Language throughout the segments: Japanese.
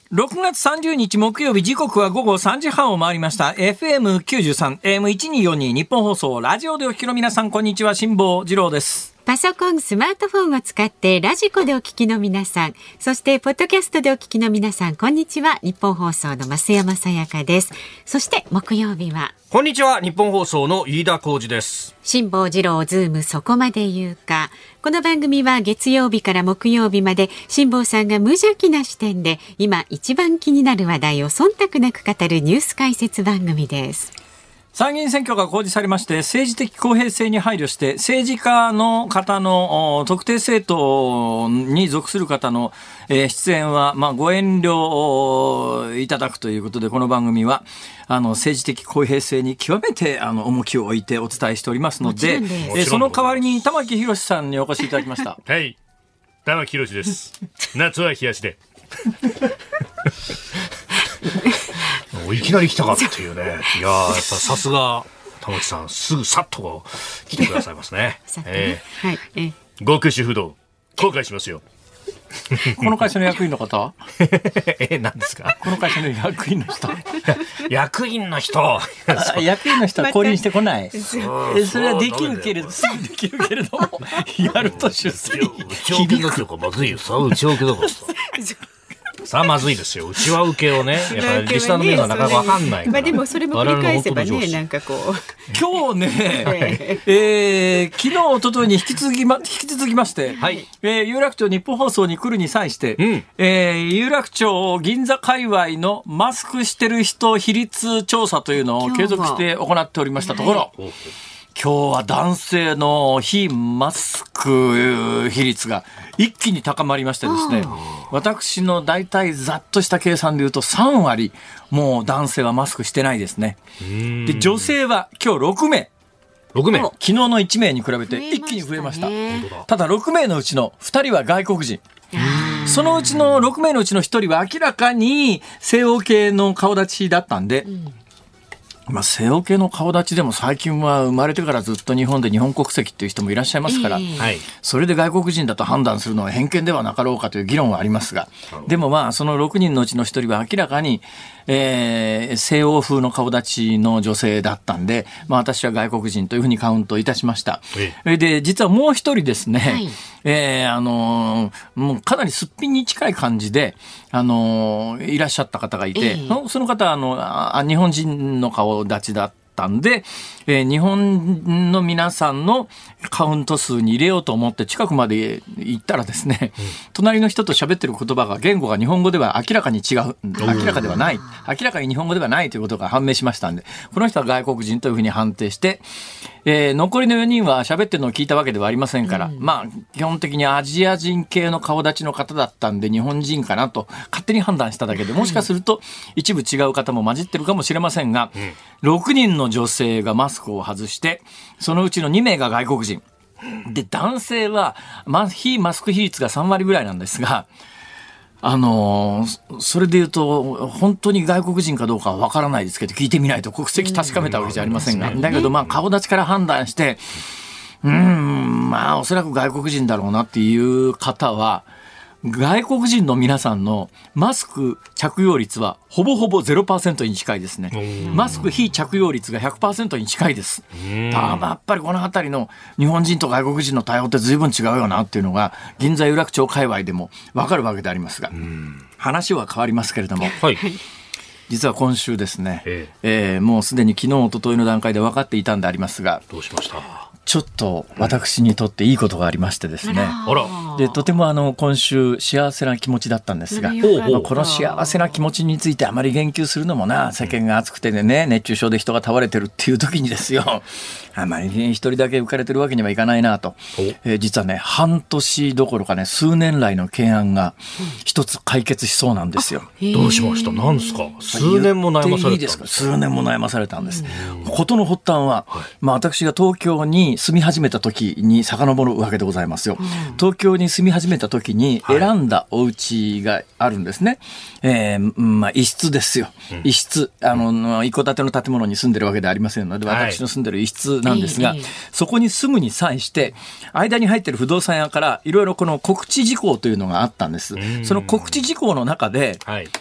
6月30日木曜日、時刻は午後3時半を回りました。 FM93 AM1242 日本放送ラジオでお聞きの皆さん、こんにちは。辛坊治郎です。 パソコン、スマートフォンを使ってラジコでお聞きの皆さん、そしてポッドキャストでお聞きの皆さん、こんにちは。日本放送の増山さやかです。そして木曜日はこんにちは。日本放送の飯田浩司です。 辛坊治郎ズームそこまで言うか。この番組は月曜日から木曜日まで辛坊さんが無邪気な視点で今一番気になる話題を忖度なく語るニュース解説番組です。 参議院選挙が公示されまして、政治的公平性に配慮して政治家の方の特定政党に属する方の出演はご遠慮いただくということで、この番組は政治的公平性に極めて重きを置いてお伝えしておりますので、その代わりに玉木宏さんにお越しいただきました。 はい、玉木宏です。夏は冷やしでいきなり来たかっていうね。いややっぱさすが玉木さん、すぐさっと来てくださいますね。極主不動後悔しますよ。 この会社の役員の方何ですか？ この会社の役員の人役員の人役員の人は降臨してこない。それはできるけれどもやると出世に響く。まずいよ。さあ内訳だからさあまずいですよ。内輪受けをね、やっぱりリスナーの皆さんなかなか分かんないから。 でもそれも繰り返せばね、なんかこう今日ね、昨日一昨日に引き続きまして、はい、有楽町日本放送に来るに際して、有楽町銀座界隈のマスクしてる人比率調査というのを継続して行っておりましたところ、今日は男性の非マスク比率が一気に高まりましてですね、私の大体ざっとした計算でいうと3割もう男性はマスクしてないですね。で女性は今日6名昨日の1名に比べて一気に増えました。ただ6名のうちの2人は外国人。そのうちの6名のうちの1人は明らかに西欧系の顔立ちだったんで、西欧系の顔立ちでも最近は生まれてからずっと日本で日本国籍っていう人もいらっしゃいますから、それで外国人だと判断するのは偏見ではなかろうかという議論はありますが、でもその6人のうちの1人は明らかに、西欧風の顔立ちの女性だったんで、私は外国人というふうにカウントいたしました。で実はもう1人ですね、もうかなりすっぴんに近い感じでいらっしゃった方がいて、その方は日本人の顔立ちだったんで、日本の皆さんのカウント数に入れようと思って近くまで行ったらですね、隣の人と喋ってる言葉が言語が日本語では明らかに違う、明らかに日本語ではないということが判明しましたんで、この人は外国人というふうに判定して、残りの4人は喋ってるのを聞いたわけではありませんから、基本的にアジア人系の顔立ちの方だったんで日本人かなと勝手に判断しただけで、もしかすると一部違う方も混じってるかもしれませんが、6人の女性がマスクを外して、そのうちの2名が外国人で、男性は非マスク比率が3割ぐらいなんですが、それでいうと本当に外国人かどうかは分からないですけど、聞いてみないと国籍確かめたわけじゃありませんが、だけど顔立ちから判断して、おそらく外国人だろうなっていう方は、外国人の皆さんのマスク着用率はほぼほぼ 0% に近いですね。マスク非着用率が 100% に近いです。やっぱりこの辺りの日本人と外国人の対応って随分違うよなっていうのが銀座有楽町界隈でも分かるわけでありますが、話は変わりますけれども、実は今週ですね、もうすでに昨日一昨日の段階で分かっていたんでありますが、 どうしました？ ちょっと私にとっていいことがありましてですね、でとても今週幸せな気持ちだったんですが、この幸せな気持ちについてあまり言及するのも世間が熱くてね、熱中症で人が倒れてるっていう時にですよ、あまり一人だけ浮かれてるわけにはいかないなと、実はね、半年どころかね、数年来の懸案が一つ解決しそうなんですよ。 どうしました？何ですか？数年も悩まされたんですか？ 数年も悩まされたんです。事の発端は、私が東京に住み始めた時に遡るわけでございますよ。東京に住み始めた時に選んだお家があるんですね。一室ですよ。一室、一戸建ての建物に住んでるわけではありませんので、私の住んでる一室なんですが、そこに住むに際して間に入ってる不動産屋からいろいろこの告知事項というのがあったんです。その告知事項の中で、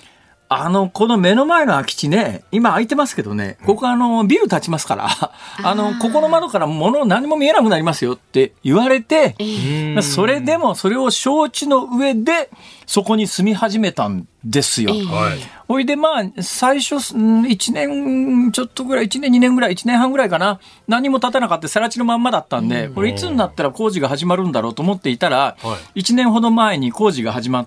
この目の前の空き地ね、今空いてますけどね、ここビル建ちますから、ここの窓から物何も見えなくなりますよって言われて、それでもそれを承知の上で、そこに住み始めたんですよ。おいで最初、1年ちょっとぐらい、1年2年ぐらい、1年半ぐらいかな、何も建たなかった、さら地のまんまだったんで、これいつになったら工事が始まるんだろうと思っていたら、1年ほど前に工事が始まって、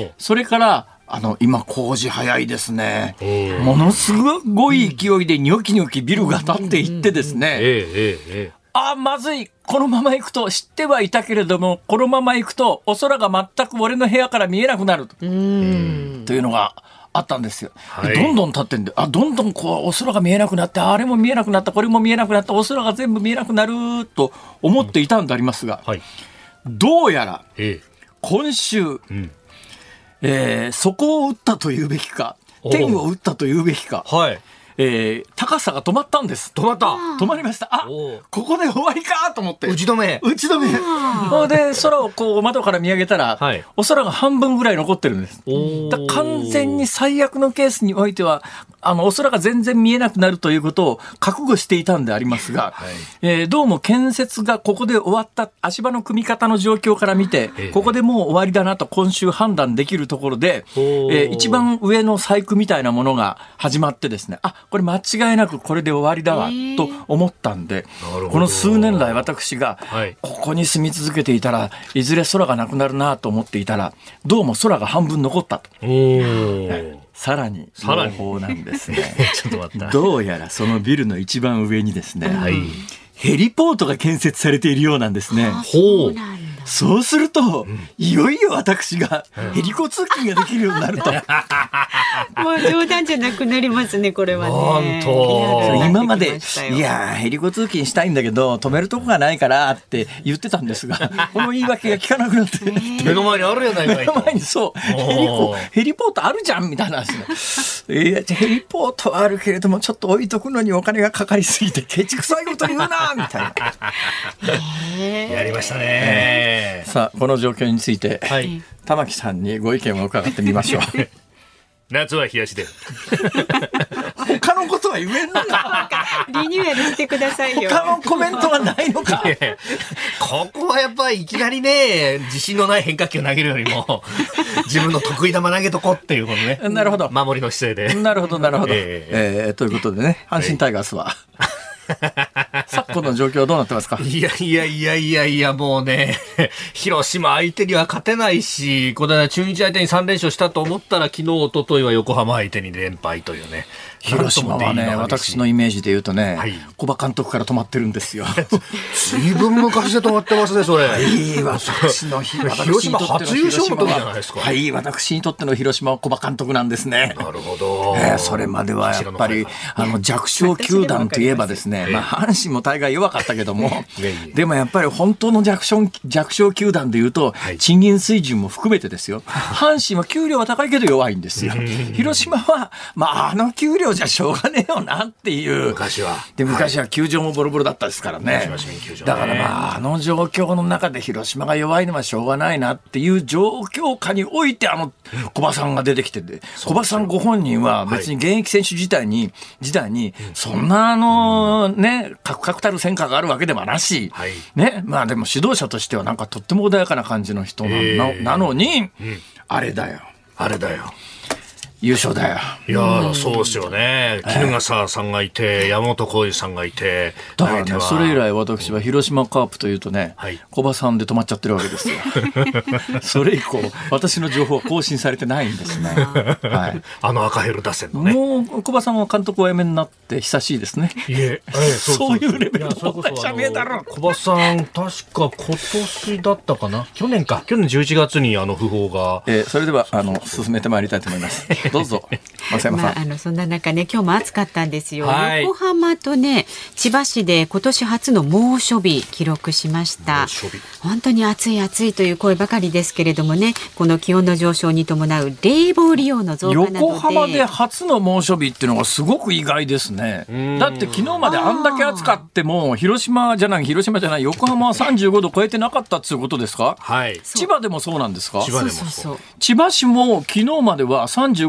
それから、今工事早いですね。ものすごい勢いでニョキニョキビルが建っていってですね。まずい。このまま行くと、知ってはいたけれども、このまま行くと、お空が全く俺の部屋から見えなくなるというのがあったんですよ。どんどん立ってんで、どんどんお空が見えなくなって、あれも見えなくなった、これも見えなくなった、お空が全部見えなくなると思っていたんでありますが、どうやら、今週、そこを打ったというべきか、天を打ったというべきか、高さが止まったんです。止まりました。ここで終わりかと思って。 打ち止め。 で、空を窓から見上げたら、お空が半分ぐらい残ってるんです。完全に最悪のケースにおいては、お空が全然見えなくなるということを覚悟していたんでありますが、どうも建設がここで終わった足場の組み方の状況から見て、ここでもう終わりだなと今週判断できるところで、一番上の細工みたいなものが始まってですね、これ間違いなくこれで終わりだわと思ったんで、この数年来私がここに住み続けていたらいずれ空がなくなるなと思っていたら、どうも空が半分残ったと。さらに情報なんですね。 ちょっと待った。 どうやらそのビルの一番上にですね、ヘリポートが建設されているようなんですね。そうすると、いよいよ私がヘリコ通勤ができるようになると。 もう冗談じゃなくなりますね、これはね。 今まで、ヘリコ通勤したいんだけど、止めるとこがないからって言ってたんですが、この言い訳が聞かなくなって。 目の前にあるやないかいと。 目の前にそう、ヘリポートあるじゃんみたいな話ね。ヘリポートはあるけれども、ちょっと置いとくのにお金がかかりすぎて、ケチくさいこと言うなみたいな。 やりましたね。 さあこの状況について、玉木さんにご意見を伺ってみましょう。 夏は冷やしで他のことは言えんのか。 リニューアルしてくださいよ。 他のコメントはないのか。 ここはやっぱりいきなりね、自信のない変化球を投げるよりも自分の得意球投げとこっていうことね。 なるほど。 守りの姿勢で。 なるほどなるほど。ということでね、阪神タイガースは。昨今の状況はどうなってますか。 いやもうね、広島相手には勝てないし、これ中日相手に3連勝したと思ったら、昨日一昨日は横浜相手に連敗というね。 広島はね、私のイメージで言うとね、小葉監督から止まってるんですよ。 随分昔で止まってますね、それ。 私の広島初優勝の時じゃないですか。 私にとっての広島は小葉監督なんですね。 なるほど。 それまではやっぱり弱小球団といえばですね、阪神も大概弱かったけども、でもやっぱり本当の弱小球団でいうと、賃金水準も含めてですよ。阪神は給料は高いけど弱いんですよ。広島は給料じゃしょうがねえよなっていう。 昔は球場もボロボロだったですからね。だから状況の中で広島が弱いのはしょうがないなっていう状況下において小葉さんが出てきてて、小葉さんご本人は別に現役選手時代にそんな確たる戦果があるわけでもなし、でも指導者としてはなんかとっても穏やかな感じの人なのに、あれだよ優勝だよ。 いやそうですよね。衣笠さんがいて、山本浩二さんがいて、 だからね、それ以来私は広島カープというとね、小葉さんで止まっちゃってるわけですよ。それ以降私の情報は更新されてないんですね。 赤ヘル打線のね。 もう小葉さんは監督を辞めになって久しいですね。そういうレベルの社名だろ。 小葉さん確か今年だったかな、去年11月に訃報が、 それでは進めてまいりたいと思います。どうぞ増山さん。 そんな中ね、今日も暑かったんですよ。横浜とね、千葉市で今年初の猛暑日記録しました。本当に暑いという声ばかりですけれどもね、この気温の上昇に伴う冷房利用の増加などで、 横浜で初の猛暑日っていうのがすごく意外ですね。だって昨日まであんだけ暑かっても広島じゃない横浜は35度超えてなかったっていうことですか。千葉でもそうなんですか。 千葉でもそう。 千葉市も昨日までは35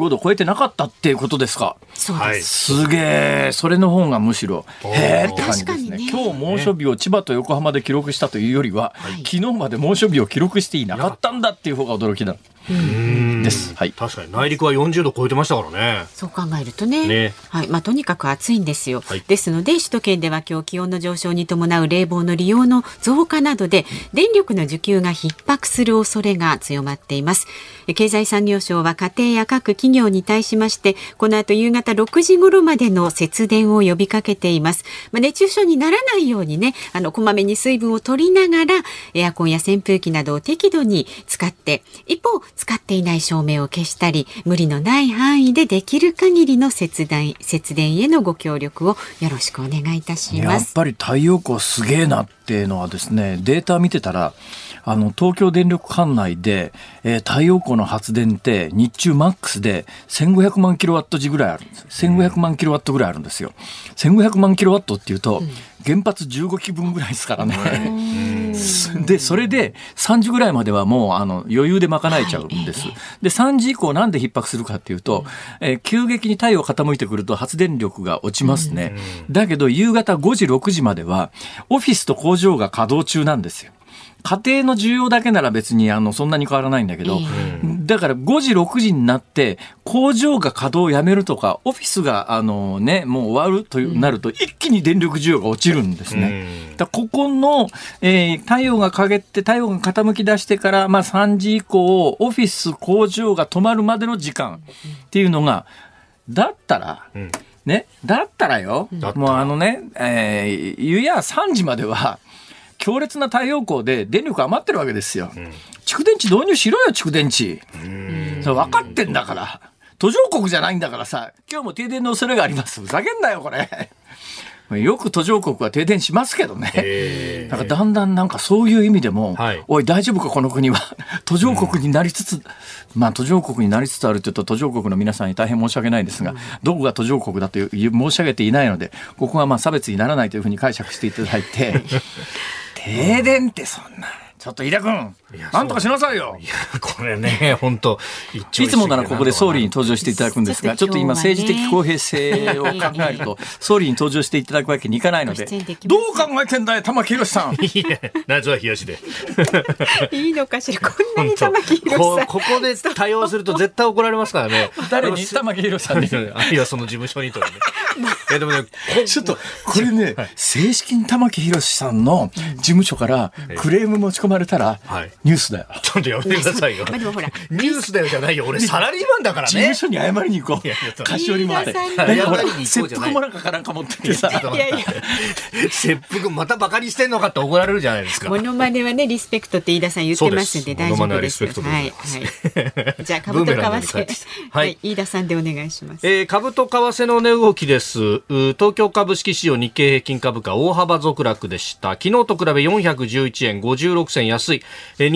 35度超えてなかったっていうことですか。 そうです。 すげえ。それの方がむしろへーって感じですね。今日猛暑日を千葉と横浜で記録したというよりは、昨日まで猛暑日を記録していなかったんだっていう方が驚きだです。はい、 確かに内陸は40度超えてましたからね。 そう考えるとね、はい、とにかく暑いんですよ、はい、ですので首都圏では今日気温の上昇に伴う冷房の利用の増加などで電力の需給が逼迫する恐れが強まっています。経済産業省は家庭や各企業に対しましてこの後夕方6時頃までの節電を呼びかけています。熱中症にならないようにね、こまめに水分を取りながらエアコンや扇風機などを適度に使って、一方使っていない照明を消したり無理のない範囲でできる限りの節電へのご協力をよろしくお願いいたします。 やっぱり太陽光すげえなっていうのはですね、データ見てたら東京電力管内で、太陽光の発電って日中マックスで1500万キロワット時ぐらいあるんです。1500万キロワットぐらいあるんですよ。1500万キロワットっていうと、原発15基分ぐらいですからね。でそれで3時ぐらいまではもう余裕で賄えちゃうんです。で3時以降なんで逼迫するかっていうと、急激に太陽が傾いてくると発電力が落ちますね。だけど夕方5時6時まではオフィスと工場が稼働中なんですよ。家庭の需要だけなら別にそんなに変わらないんだけど、だから5時6時になって工場が稼働をやめるとかオフィスがもう終わるとなると一気に電力需要が落ちるんですね。だここの、太陽が陰って太陽が傾き出してから、3時以降オフィス工場が止まるまでの時間っていうのがだったらよ、もう夕夜3時までは強烈な太陽光で電力余ってるわけですよ。蓄電池導入しろよ、蓄電池。それ分かってんだから。途上国じゃないんだからさ、今日も停電の恐れがあります。ふざけんなよ、これ。よく途上国は停電しますけどね。だからだんだんそういう意味でも、おい大丈夫かこの国は途上国になりつつ、途上国になりつつあるというと途上国の皆さんに大変申し訳ないですが、どこが途上国だと申し上げていないので、ここは差別にならないというふうに解釈していただいて停電ってそんなちょっと飯田君なんとかしなさいよ。 いやこれね本当いつもならここで総理に登場していただくんですが、ちょっと今政治的公平性を考えると総理に登場していただくわけにいかないので、どう考えてんだよ玉木宏さん。 夏は冷やしでいいのかしら、こんなに玉木宏さんここで対応すると絶対怒られますからね。 誰に？玉木宏さんにあるいはその事務所にとかね。でもねちょっとこれね、正式に玉木宏さんの事務所からクレーム持ち込まれたらニュースだよ。 ちょっとやめてくださいよ。 でもほらニュースだよじゃないよ、俺サラリーマンだからね。 事務所に謝りに行こう。菓子折りもあって切腹もなんか持ってきてさ、 切腹またバカにしてんのかって怒られるじゃないですか。 モノマネはねリスペクトって飯田さん言ってますんで大丈夫です。はいはい。じゃあ株と為替はい飯田さんでお願いします。 株と為替の値動きです。東京株式市場日経平均株価大幅続落でした。昨日と比べ411円56銭安い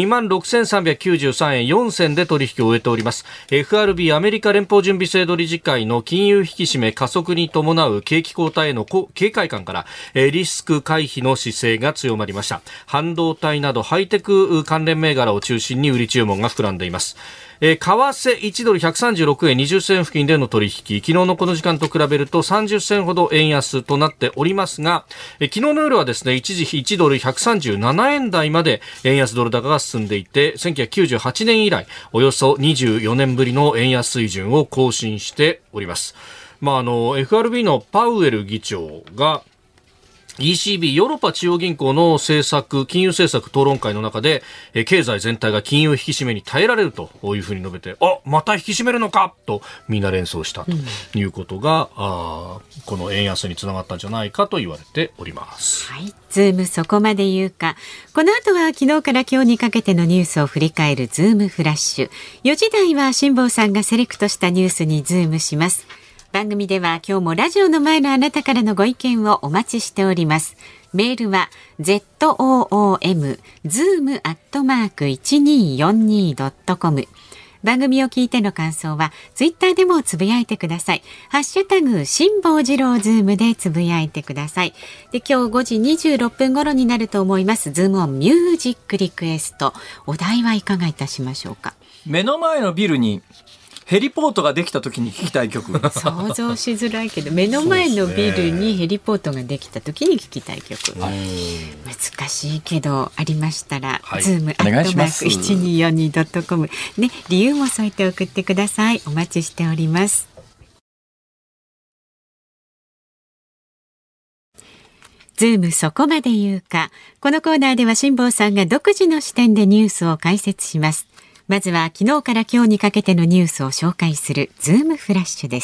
26,393 円4銭で取引を終えております。 FRB アメリカ連邦準備制度理事会の金融引き締め加速に伴う景気後退への警戒感からリスク回避の姿勢が強まりました。半導体などハイテク関連銘柄を中心に売り注文が膨らんでいます。為替1ドル136円20銭付近での取引、昨日のこの時間と比べると30銭ほど円安となっておりますが、昨日の夜はですね一時1ドル137円台まで円安ドル高が進んでいて、1998年以来およそ24年ぶりの円安水準を更新しております。FRB のパウエル議長がECB ヨーロッパ中央銀行の金融政策討論会の中で経済全体が金融引き締めに耐えられるというふうに述べて、また引き締めるのかとみんな連想したということが、この円安につながったんじゃないかと言われております。 はい、ズームそこまで言うか。この後は昨日から今日にかけてのニュースを振り返るズームフラッシュ。4時台は辛坊さんがセレクトしたニュースにズームします。番組では今日もラジオの前のあなたからのご意見をお待ちしております。メールは zoom@1242.com。番組を聞いての感想はツイッターでもつぶやいてください。ハッシュタグ辛坊治郎ズームでつぶやいてください。で、今日5時26分頃になると思います。ズームオンミュージックリクエスト。お題はいかがいたしましょうか。 目の前のビルにヘリポートができた時に聴きたい曲。 想像しづらいけど、目の前のビルにヘリポートができた時に聴きたい曲。難しいけどありましたら、ズーム@1242.com ね、理由も添えて送ってください。お待ちしております。ズームそこまで言うか。このコーナーでは辛坊さんが独自の視点でニュースを解説します。まずは昨日から今日にかけてのニュースを紹介するズームフラッシュです。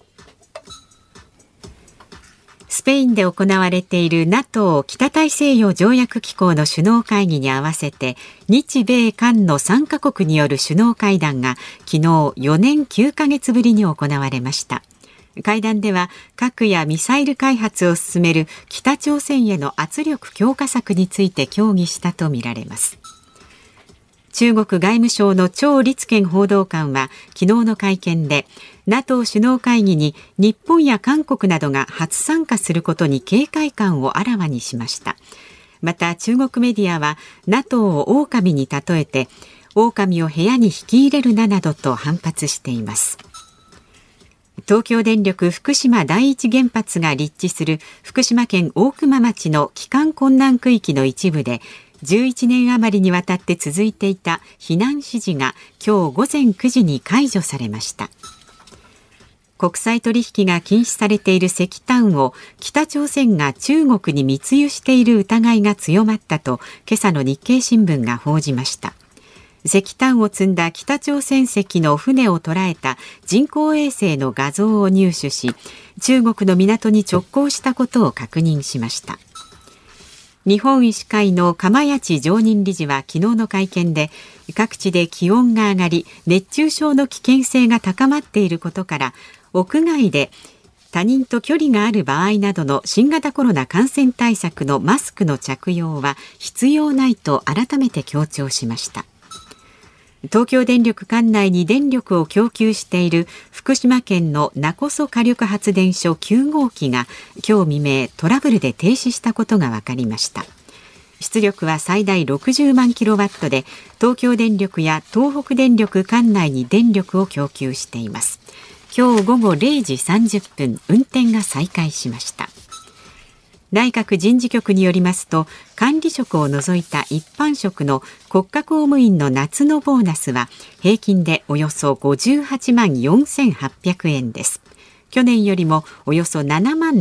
スペインで行われている NATO 北大西洋条約機構の首脳会議に合わせて、日米韓の3カ国による首脳会談が昨日4年9ヶ月ぶりに行われました。会談では核やミサイル開発を進める北朝鮮への圧力強化策について協議したとみられます。中国外務省の趙立堅報道官は昨日の会見で、 NATO 首脳会議に日本や韓国などが初参加することに警戒感をあらわにしました。また中国メディアは NATO を狼に例えて、狼を部屋に引き入れるなどと反発しています。東京電力福島第一原発が立地する福島県大熊町の帰還困難区域の一部で、11年余りにわたって続いていた避難指示が今日午前9時に解除されました。国際取引が禁止されている石炭を北朝鮮が中国に密輸している疑いが強まったと今朝の日経新聞が報じました。石炭を積んだ北朝鮮籍の船を捉えた人工衛星の画像を入手し、中国の港に直行したことを確認しました。日本医師会の釜谷常任理事は昨日の会見で、各地で気温が上がり熱中症の危険性が高まっていることから、屋外で他人と距離がある場合などの新型コロナ感染対策のマスクの着用は必要ないと改めて強調しました。東京電力管内に電力を供給している福島県の勿来火力発電所9号機が今日未明トラブルで停止したことが分かりました。出力は最大60万キロワットで、東京電力や東北電力管内に電力を供給しています。今日午後0時30分運転が再開しました。内閣人事局によりますと、管理職を除いた一般職の国家公務員の夏のボーナスは平均でおよそ58万4800円です。去年よりもおよそ7万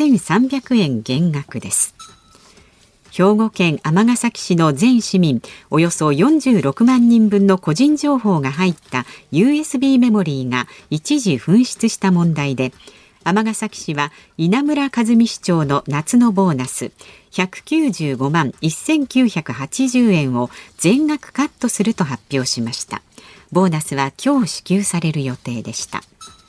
6300円減額です。兵庫県尼崎市の全市民およそ46万人分の個人情報が入った USB メモリーが一時紛失した問題で、尼崎市は稲村和美市長の夏のボーナス195万1980円を全額カットすると発表しました。ボーナスは今日支給される予定でした。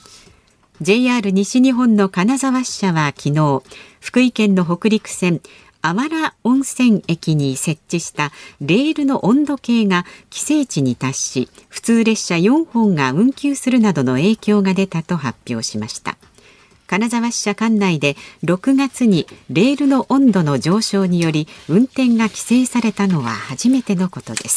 JR 西日本の金沢支社は昨日、福井県の北陸線あわら温泉駅に設置したレールの温度計が規制値に達し、普通列車4本が運休するなどの影響が出たと発表しました。金沢支社管内で6月にレールの温度の上昇により運転が規制されたのは初めてのことです。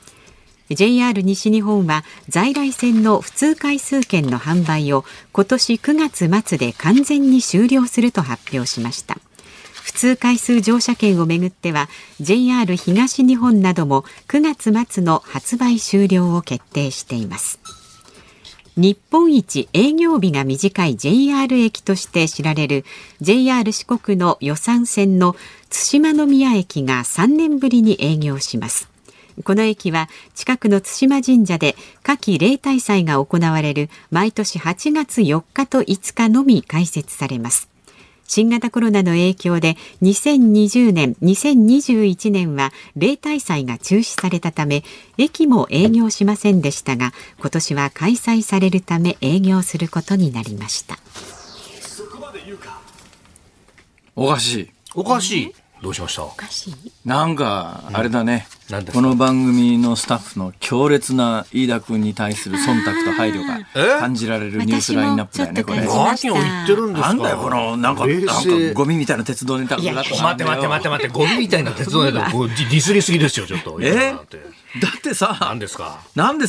JR 西日本は在来線の普通回数券の販売を今年9月末で完全に終了すると発表しました。普通回数乗車券をめぐっては JR 東日本なども9月末の発売終了を決定しています。日本一営業日が短い JR 駅として知られる JR 四国の予讃線の対馬宮駅が3年ぶりに営業します。この駅は近くの対馬神社で夏季例大祭が行われる毎年8月4日と5日のみ開設されます。新型コロナの影響で2020年、2021年は例大祭が中止されたため駅も営業しませんでしたが、今年は開催されるため営業することになりました。 おかしい。 おかしい。 どうしました？ なんかあれだね、この番組のスタッフの強烈な飯田君に対する忖度と配慮が感じられるニュースラインナップだよね。これ何を言ってるんですか？ なんだよこのなんかゴミみたいな鉄道ネタが待ってゴミみたいな鉄道ネタディスりすぎですよちょっと。 だってさ、 何ですか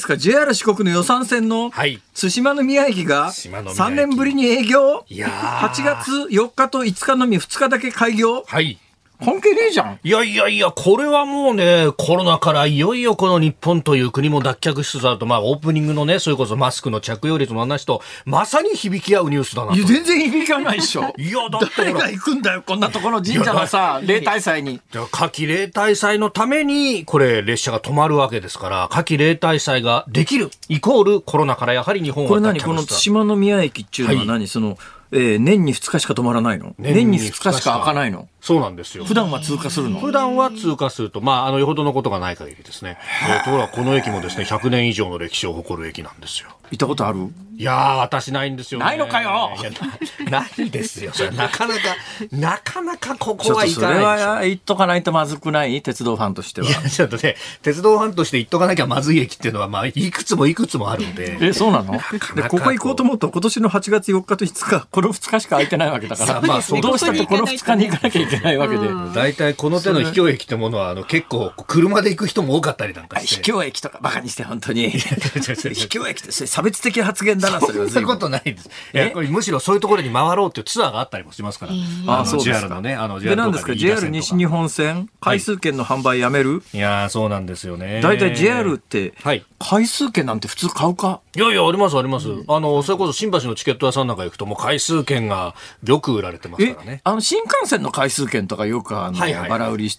JR 四国の予算線の対馬宮駅が3年ぶりに営業。8月4日と5日のみ2日だけ開業。関係ねえじゃん。 いや、これはもうね、コロナからいよいよこの日本という国も脱却しつつあると、まあオープニングのね、それこそマスクの着用率の話と、まさに響き合うニュースだなと。 いや、全然響かないでしょ。 いや、だって誰が行くんだよ、こんなところ神社のさ、例大祭に。 夏季例大祭のために、これ列車が止まるわけですから、夏季例大祭ができる、イコールコロナからやはり日本は脱却した。 これ何この対馬宮駅っていうのは何、その、年に2日しか止まらないの？年に2日しか開かないの？ そうなんですよ。 普段は通過するの？ 普段は通過すると、よほどのことがない限りですね。ところがこの駅もですね、100年以上の歴史を誇る駅なんですよ。 行ったことある？ いやー、私ないんですよね。 ないのかよ。 いや、ないですよ。それなかなかここは行かない。 それは言っとかないとまずくない？鉄道ファンとしては。 いや、ちょっとね、鉄道ファンとして言っとかなきゃまずい駅っていうのは、いくつもあるんで。 そうなの？で、ここ行こうと思うと、今年の8月4日と5日、この2日しか空いてないわけだから、どうしたってこの2日に行かなきゃいけないわけで。 大体この手の秘境駅ってものは、結構、車で行く人も多かったりなんかして。 秘境駅とかバカにして、本当に。秘境駅って差別的発言だな、それは。 そんなことないです。これむしろそういうところに回ろうっていうツアーがあったりもしますから。JR のね、 で、何ですか、JR 西日本線、回数券の販売やめる？ いや、そうなんですよね。 大体 JR って、回数券なんて普通買うか？ いや、あります。それこそ新橋のチケット屋さんなんか行くと、もう回数券がよく売られてますからね。 新幹線の回数券とかよくバラ売りして、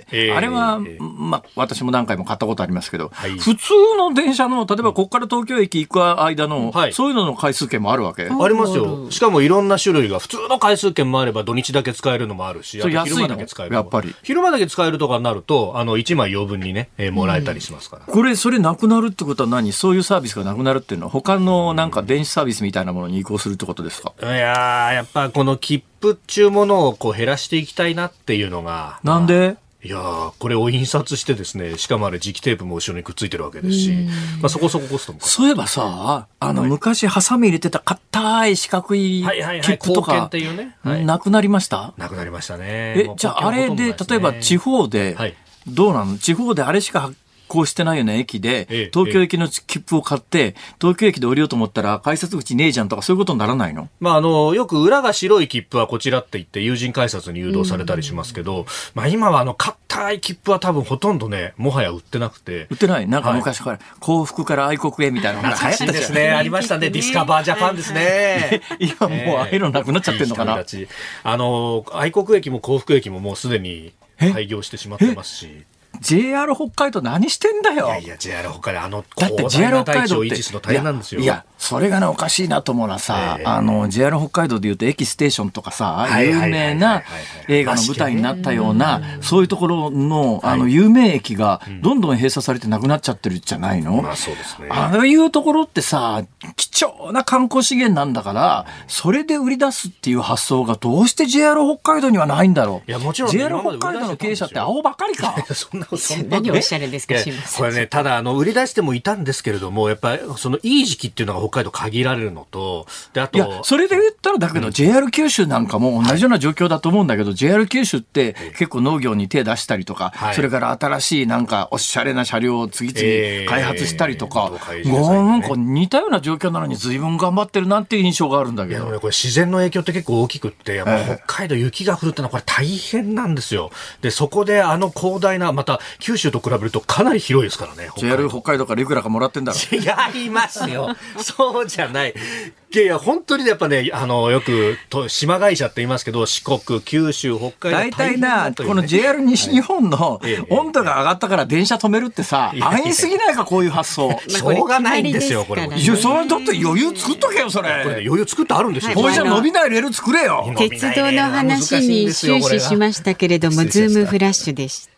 あれは、私も何回も買ったことありますけど、普通の電車の、例えばここから東京駅行く間の、そういうのの回数券もあるわけ？ ありますよ。しかもいろんな種類が、普通の回数券もあれば土日だけ使えるのもあるし、 昼間だけ使える。 やっぱり。 昼間だけ使えるとかになると、1枚余分にね、もらえたりしますから。 それなくなるってことは何？そういうサービスがなくなるっていうのは、他のなんか電子サービスみたいなものに移行するってことですか？ いやー、やっぱこの切符っていうものを減らしていきたいなっていうのが。 なんで？ いやー、これを印刷してですね、しかもあれ磁気テープも後ろにくっついてるわけですし、そこそこコストも。 そういえばさ、昔ハサミ入れてた硬い四角い切符とか、なくなりました？ なくなりましたね。 じゃああれで、例えば地方で、どうなの？地方であれしか発行してないような駅で、東京駅の切符を買って、東京駅で降りようと思ったら、改札口ねえじゃんとか、そういうことにならないの？ よく裏が白い切符はこちらって言って、有人改札に誘導されたりしますけど、今は硬い切符は多分ほとんどね、もはや売ってなくて。 売ってない？なんか昔から、幸福から愛国へみたいなのが流行ったですね。ありましたね。ディスカバージャパンですね。 今もうああいうのなくなっちゃってんのかな？ 愛国駅も幸福駅ももうすでに廃業してしまってますし。 JR 北海道何してんだよ。 いや JR 北海道だって JR 北海道って維持するの大変なんですよ。 いやそれがねおかしいなと思うのはさ、JR 北海道でいうと駅ステーションとかさ、有名な映画の舞台になったようなそういうところの有名駅がどんどん閉鎖されてなくなっちゃってるじゃないの。 そうですね。 ああいうところってさ貴重な観光資源なんだからそれで売り出すっていう発想がどうして JR 北海道にはないんだろう。 いやもちろん JR 北海道の経営者って青ばかりか。 そんな何をおっしゃるんですか？ これね、ただ売り出してもいたんですけれども、やっぱりそのいい時期っていうのが北海道限られるのと、であといやそれで言ったらだけど、JR 九州なんかも同じような状況だと思うんだけど、JR 九州って結構農業に手出したりとか、それから新しいなんかおしゃれな車両を次々開発したりとか、なんか似たような状況なのに随分頑張ってるなっていう印象があるんだけど。 これ自然の影響って結構大きくって、やっぱ北海道雪が降るってのはこれ大変なんですよ。でそこで広大なまた九州と比べるとかなり広いですからね。 JR 北海道からいくらかもらってんだろう。 違いますよ。そうじゃない。いや本当にやっぱねよく島会社って言いますけど、四国九州北海道大体なこの JR 西日本の温度が上がったから電車止めるってさ、安易すぎないかこういう発想。 しょうがないんですよこれ。 いやそれだって余裕作っとけよそれ。 これ、ね、余裕作ってあるんですよ。 これじゃ伸びないレール作れよ。 鉄道の話に終始しましたけれども、ズームフラッシュでした。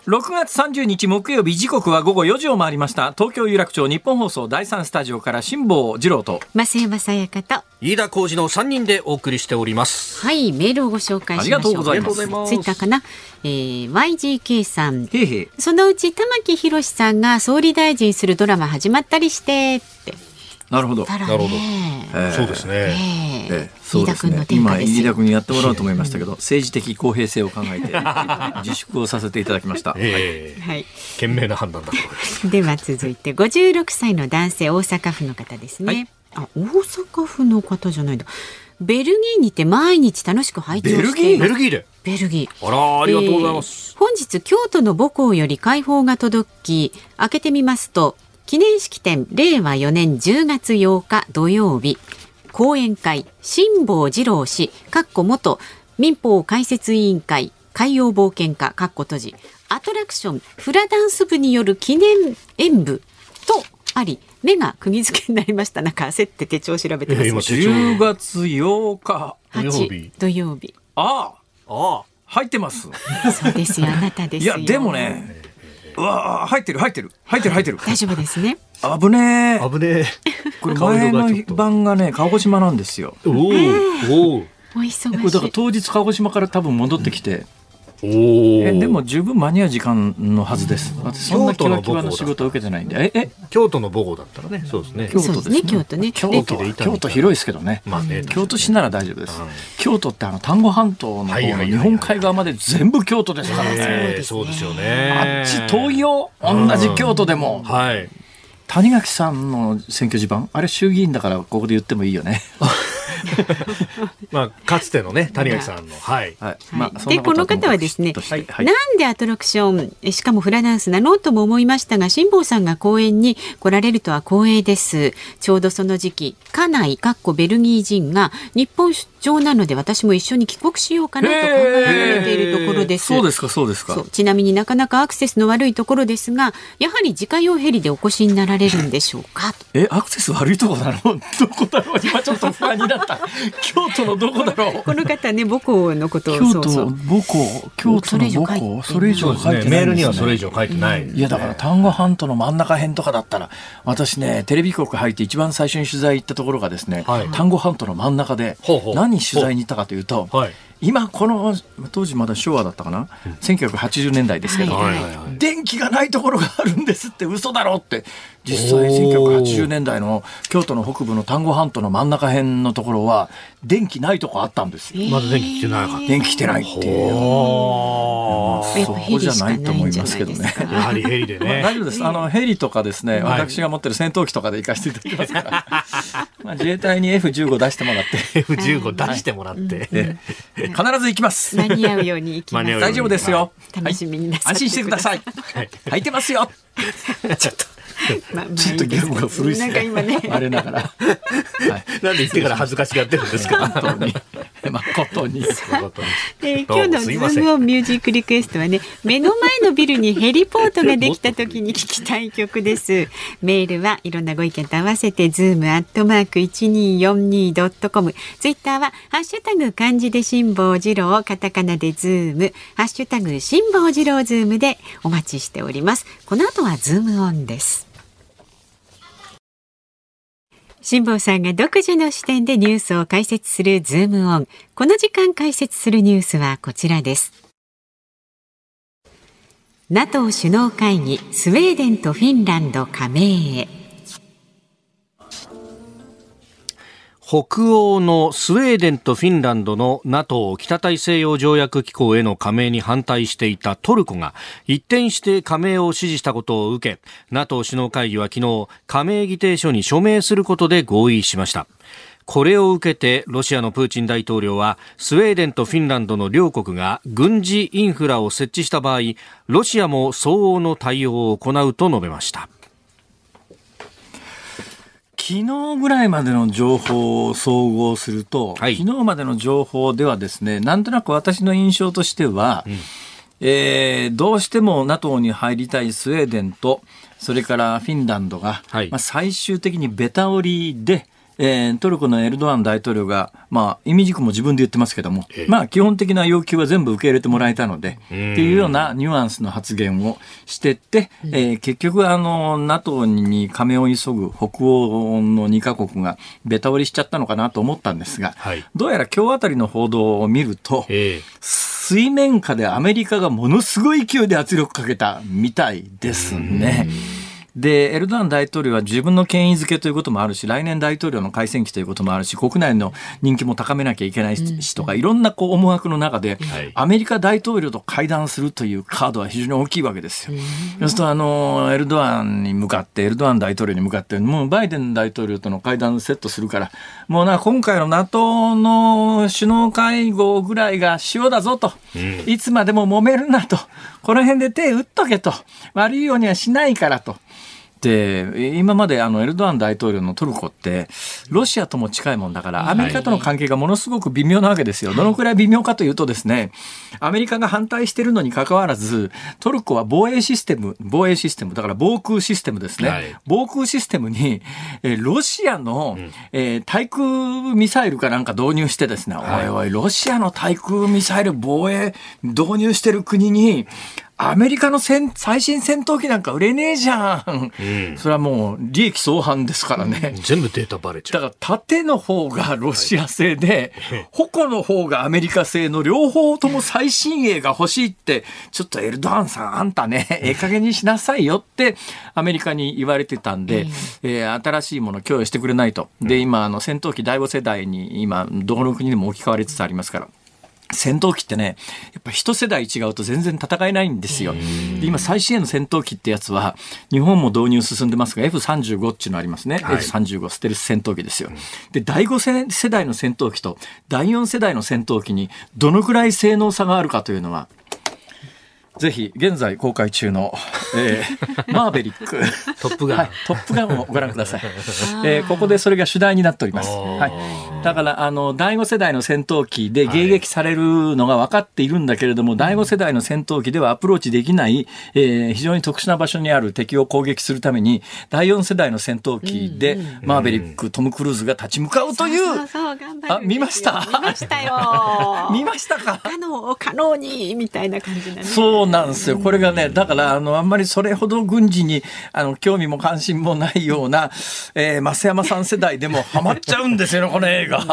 6月30日木曜日、時刻は午後4時を回りました。東京有楽町日本放送第3スタジオから辛坊治郎と増山さやかと飯田浩司の3人でお送りしております。 はい、メールをご紹介しましょう。 ありがとうございます。 ツイッターかな、YGK さん、 へへ、 そのうち玉木宏さんが総理大臣するドラマ始まったりしてって。 なるほど、 なるほど、そうですね、 そうですね。今飯田君にやってもらおうと思いましたけど、政治的公平性を考えて自粛をさせていただきました。はい、 賢明な判断だと思います。 では続いて56歳の男性、大阪府の方ですね、はい、大阪府の方じゃないんだ。ベルギーにて毎日楽しく拝聴しています。ベルギー、 ありがとうございます。 本日京都の母校より開放が届き、開けてみますと、記念式典令和4年10月8日土曜日、講演会辛坊治郎氏元民法解説委員会海洋冒険家閉じアトラクションフラダンス部による記念演舞とあり、目が釘付けになりました。なんか焦って手帳を調べてます。 10月8日土曜日。 入ってます。 そうですよ、あなたですよ。 いやでもね、うわ、入ってる。大丈夫ですね。 危ねえ。これ前の晩がね、鹿児島なんですよ。 お忙しい。 これだから当日鹿児島から多分戻ってきて、でも十分間に合う時間のはずです。私そんなキワキワの仕事を受けてないんで。 京都の母校だったらね。そうですね。 京都ですね。 京都広いですけどね。京都市なら大丈夫です。京都って丹後半島の方の日本海側まで全部京都ですからね。 そうですよね。 あっち遠いよ。同じ京都でも。谷垣さんの選挙地盤、あれ衆議院だからここで言ってもいいよね。 かつてのね、谷垣さんの、 でこの方はですね、なんでアトラクション、しかもフラダンスなのとも思いましたが、辛坊さんが公演に来られるとは光栄です。ちょうどその時期、家内ベルギー人が日本出張なので、私も一緒に帰国しようかなと考えられているところです。 そうですか。 ちなみになかなかアクセスの悪いところですが、やはり自家用ヘリでお越しになられるんでしょうか。 アクセス悪いところだろう。どこだろう。今ちょっと不安になった。京都のどこだろう。 この方ね、母校のことを。 京都の母校、それ以上書いてないんですね。 メールにはそれ以上書いてない。 いやだから丹後半島の真ん中辺とかだったら、私ね、テレビ局入って一番最初に取材行ったところがですね、丹後半島の真ん中で、何取材に行ったかというと、今この当時まだ昭和だったかな、1980年代ですけど、電気がないところがあるんですって。嘘だろって。実際1980年代の京都の北部の丹後半島の真ん中辺のところは電気ないとこあったんですよ。 まだ電気来てないか。 電気来てないっていう。そこじゃないと思いますけどね。 やはりヘリでね。 大丈夫です。ヘリとかですね、私が持ってる戦闘機とかで行かせていただきますから。自衛隊に F15 出してもらって。 F15 出してもらって。 必ず行きます。 間に合うように行きます。 大丈夫ですよ。 楽しみになさって安心してください。履いてますよ。ちょっとギャグが古いですね。 なんか今ね、 あれだから。 なんで言ってから恥ずかしがってるんですか。 誠に。 今日のズームオンミュージックリクエストはね、目の前のビルにヘリポートができた時に聴きたい曲です。メールはいろんなご意見と合わせてzoom@1242.com、ツイッターはハッシュタグ漢字で辛坊治郎、カタカナでズーム、ハッシュタグ辛坊治郎ズームでお待ちしております。この後はズームオンです。辛坊さんが独自の視点でニュースを解説するズームオン。この時間解説するニュースはこちらです。NATO 首脳会議、スウェーデンとフィンランド加盟へ。 北欧のスウェーデンとフィンランドの NATO 北大西洋条約機構への加盟に反対していたトルコが一転して加盟を支持したことを受け、 NATO 首脳会議は昨日加盟議定書に署名することで合意しました。これを受けてロシアのプーチン大統領は、スウェーデンとフィンランドの両国が軍事インフラを設置した場合、ロシアも相応の対応を行うと述べました。 昨日ぐらいまでの情報を総合すると、昨日までの情報ではですね、なんとなく私の印象としては、どうしても NATO に入りたいスウェーデンとそれからフィンランドが、最終的にベタ折りで、 トルコのエルドアン大統領が、意味軸も自分で言ってますけども、基本的な要求は全部受け入れてもらえたので、っていうようなニュアンスの発言をしてって、結局NATO に加盟を急ぐ北欧の2カ国がベタ折りしちゃったのかなと思ったんですが、どうやら今日あたりの報道を見ると、水面下でアメリカがものすごい勢いで圧力かけたみたいですね。で、エルドアン大統領は自分の権威づけということもあるし、来年大統領の改選期ということもあるし、国内の人気も高めなきゃいけないしとか、いろんな思惑の中で、アメリカ大統領と会談するというカードは非常に大きいわけですよ。そうするとエルドアン大統領に向かって、もうバイデン大統領との会談セットするから、もう今回の NATO の首脳会合ぐらいが塩だぞと、いつまでも揉めるなと、この辺で手打っとけと、悪いようにはしないからと。で今までエルドアン大統領のトルコってロシアとも近いもんだからアメリカとの関係がものすごく微妙なわけですよ。どのくらい微妙かというとですね、アメリカが反対しているのにかかわらずトルコは防衛システムだから防空システムですね、防空システムにロシアの対空ミサイルかなんか導入してですね、おいロシアの対空ミサイル防衛導入してる国にアメリカの最新戦闘機なんか売れねえじゃん、それはもう利益相反ですからね、 全部データバレちゃう。 だから縦の方がロシア製で、矛の方がアメリカ製の両方とも最新鋭が欲しいって、ちょっとエルドアンさんあんたね加減にしなさいよってアメリカに言われてたんで、新しいものを供与してくれないと。で今戦闘機第5世代に今どこの国でも置き換わりつつありますから、戦闘機ってね、やっぱ一世代違うと全然戦えないんですよ。で今最新鋭の戦闘機ってやつは日本も導入進んでますが F35 っていうのありますね、F35 ステルス戦闘機ですよ。で第5世代の戦闘機と第4世代の戦闘機にどのくらい性能差があるかというのは、ぜひ現在公開中の、マーベリックトップガン、 トップガンをご覧ください。ここでそれが主題になっております。だから第5世代の戦闘機で迎撃されるのが分かっているんだけれども、第5世代の戦闘機ではアプローチできない、非常に特殊な場所にある敵を攻撃するために第4世代の戦闘機でマーベリック、トム・クルーズが立ち向かうという。見ましたよ見ましたか。 可能にみたいな感じだね。 そうなんですよ。これがね、だからあんまりそれほど軍事に興味も関心もないような、増山さん世代でもハマっちゃうんですよねこの映画。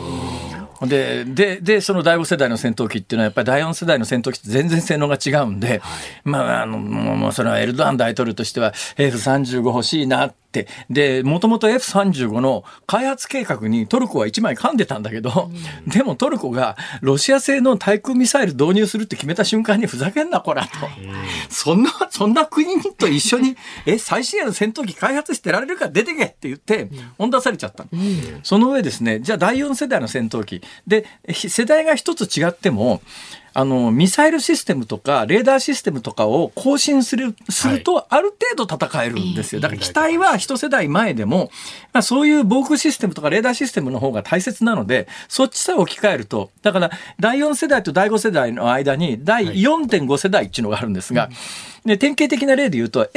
でその第5世代の戦闘機っていうのはやっぱり第4世代の戦闘機って全然性能が違うんで、もうそれはエルドアン大統領としては F35 欲しいなって、でもともと F35 の開発計画にトルコは1枚噛んでたんだけど、でもトルコがロシア製の対空ミサイル導入するって決めた瞬間にふざけんなこらと、そんな国と一緒に最新鋭の戦闘機開発してられるから出てけって言って追出されちゃった、その上ですね、じゃあ第4世代の戦闘機で世代が一つ違ってもミサイルシステムとかレーダーシステムとかを更新するとある程度戦えるんですよ。だから機体は一世代前でも、そういう防空システムとかレーダーシステムの方が大切なので、そっちさえ置き換えると、だから第4世代と第5世代の間に第 4.5 世代っていうのがあるんですが、で典型的な例で言うと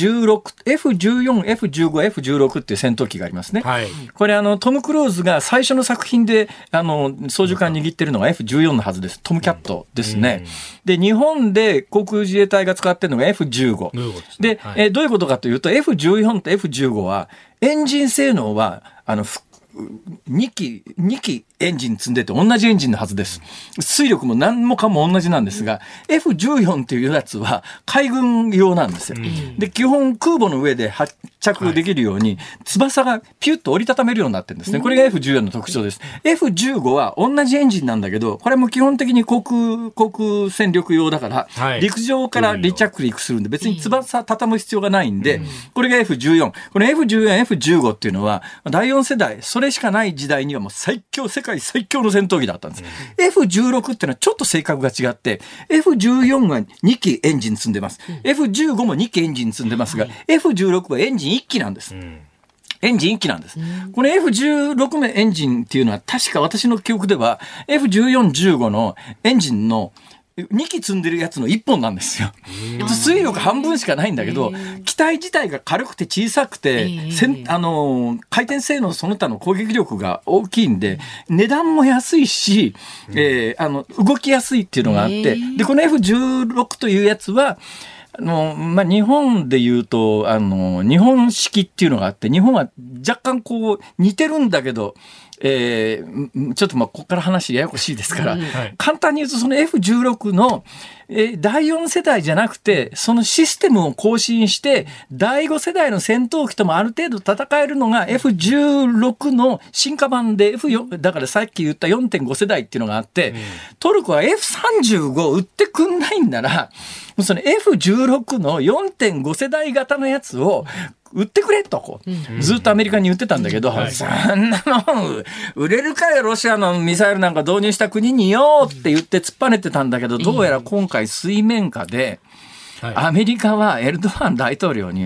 F16、F14、F15、F16 っていう戦闘機がありますね、これトム・クルーズが最初の作品で操縦桿握ってるのが F14 のはずです。トムキャットですね。で日本で航空自衛隊が使ってるのが F15 で、どういうことかというと F14 と F15 はエンジン性能は2機エンジン積んでて同じエンジンのはずです。水力も何もかも同じなんですが、F14 っていうやつは海軍用なんですよ。で基本空母の上で発着できるように、翼がピュッと折りたためるようになってるんですね。これが F14 の特徴です。F15 は同じエンジンなんだけど、これも基本的に航空戦力用だから、陸上から離着陸するんで別に翼畳む必要がないんで、これが F14。この F14、F15 っていうのは第4世代、それしかない時代にはもう世界最強の戦闘機だったんです。F16 っていうのはちょっと性格が違って、F14 は2機エンジン積んでます。F15 も2機エンジン積んでますが、F16 はエンジン1機なんです。エンジン1機なんです。この F16 のエンジンっていうのは確か私の記憶では F14、15のエンジンの 2機積んでるやつの1本なんですよ。水力半分しかないんだけど、機体自体が軽くて小さくて、回転性能その他の攻撃力が大きいんで、値段も安いし、動きやすいっていうのがあって、で、この F16 というやつは、日本で言うと、日本式っていうのがあって、日本は若干こう似てるんだけど、ちょっとここから話ややこしいですから、簡単に言うとその F16 の、第4世代じゃなくて、そのシステムを更新して、第5世代の戦闘機ともある程度戦えるのが F16 の進化版で F4、だからさっき言った 4.5 世代っていうのがあって、トルコは F35 を売ってくんないんなら、その F16 の 4.5 世代型のやつを売ってくれとずっとアメリカに言ってたんだけど、そんなの売れるかよ、ロシアのミサイルなんか導入した国によって言って突っぱねてたんだけど、どうやら今回水面下でアメリカはエルドアン大統領に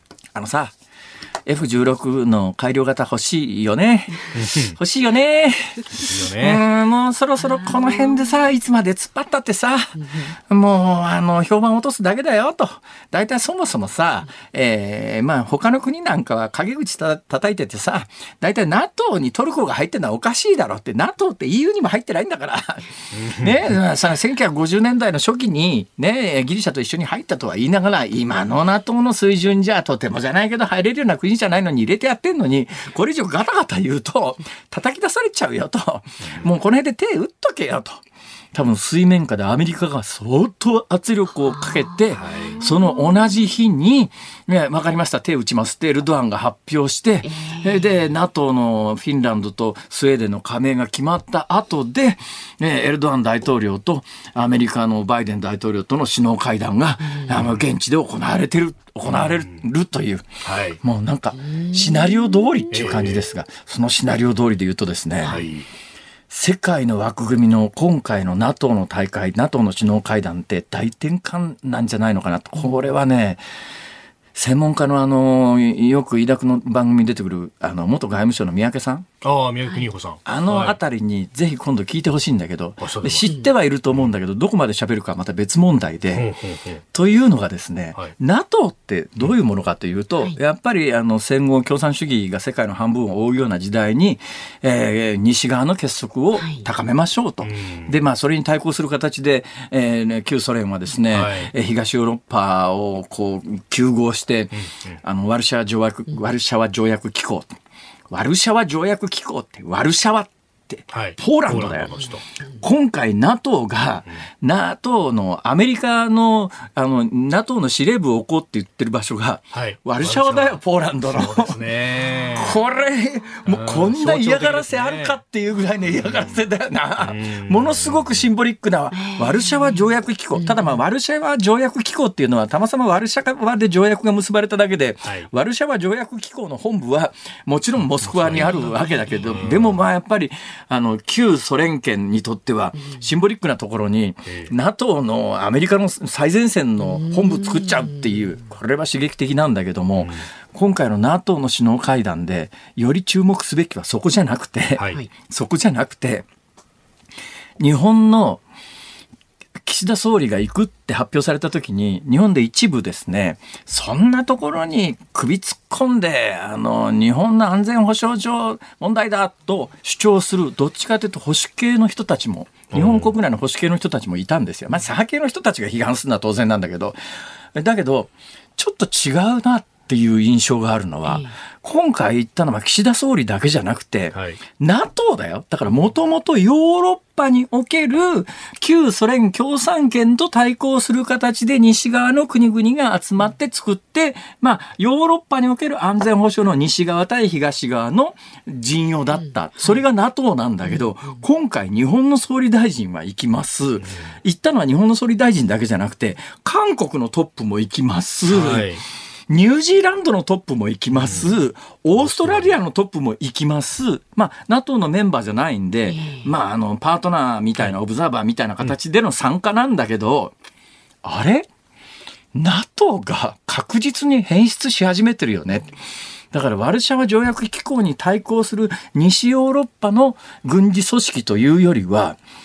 F16 の改良型欲しいよね。欲しいよね。もうそろそろこの辺でさ、いつまで突っ張ったってさ、もう評判落とすだけだよと。だいたいそもそもさ、他の国なんかは陰口叩いててさ、だいたい NATO にトルコが入ってるのはおかしいだろって。NATO って EU にも入ってないんだから。ね、1950年代の初期にね、ギリシャと一緒に入ったとは言いながら、今の NATO の水準じゃとてもじゃないけど入れるような国じゃないのに入れてやってんのに、これ以上ガタガタ言うと叩き出されちゃうよと、もうこの辺で手打っとけよと。多分水面下でアメリカが相当圧力をかけて、その同じ日に、分かりました、手打ちますってエルドアンが発表して、で NATO のフィンランドとスウェーデンの加盟が決まった後で、エルドアン大統領とアメリカのバイデン大統領との首脳会談が現地で行われるという、もうなんかシナリオ通りっていう感じですが、そのシナリオ通りで言うとですね、世界の枠組みの今回の NATO の大会、NATO の首脳会談って大転換なんじゃないのかなと。これはね、専門家のよく飯田君の番組に出てくる元外務省の三宅さん、 三宅邦彦さん、 あたりにぜひ今度聞いてほしいんだけど、知ってはいると思うんだけど、どこまで喋るかはまた別問題で、というのがですね、NATO ってどういうものかというと、やっぱり戦後共産主義が世界の半分を覆うような時代に、西側の結束を高めましょうと。で、それに対抗する形で、旧ソ連はですね、東ヨーロッパをこう糾合して、ワルシャワ条約機構、ワルシャワ条約機構ってワルシャワってポーランドだよ。今回 NATO が NATO のアメリカのNATO の司令部を置こうって言ってる場所がワルシャワだよ、ポーランドの。これもうこんな嫌がらせあるかっていうぐらいの嫌がらせだよな。ものすごくシンボリックなワルシャワ条約機構。ただワルシャワ条約機構っていうのはたまたまワルシャワで条約が結ばれただけで、ワルシャワ条約機構の本部はもちろんモスクワにあるわけだけど、でもやっぱり旧ソ連圏にとってはシンボリックなところに NATO のアメリカの最前線の本部作っちゃうっていう、これは刺激的なんだけども、今回の NATO の首脳会談でより注目すべきはそこじゃなくて、日本の岸田総理が行くって発表された時に、日本で一部ですね、そんなところに首突っ込んで日本の安全保障上問題だと主張する、どっちかというと保守系の人たちも、日本国内の保守系の人たちもいたんですよ。左派系の人たちが批判するのは当然なんだけど、ちょっと違うなっていう印象があるのは、今回言ったのは岸田総理だけじゃなくて、NATO だよ。だからもともとヨーロッパにおける旧ソ連共産圏と対抗する形で西側の国々が集まって作って、ヨーロッパにおける安全保障の西側対東側の陣容だった。それが NATO なんだけど、今回日本の総理大臣は行きます。行ったのは日本の総理大臣だけじゃなくて、韓国のトップも行きます。ニュージーランドのトップも行きます。オーストラリアのトップも行きます。NATO のメンバーじゃないんで、パートナーみたいな、オブザーバーみたいな形での参加なんだけど、あれ ?NATO が確実に変質し始めてるよね。だからワルシャワ条約機構に対抗する西ヨーロッパの軍事組織というよりは、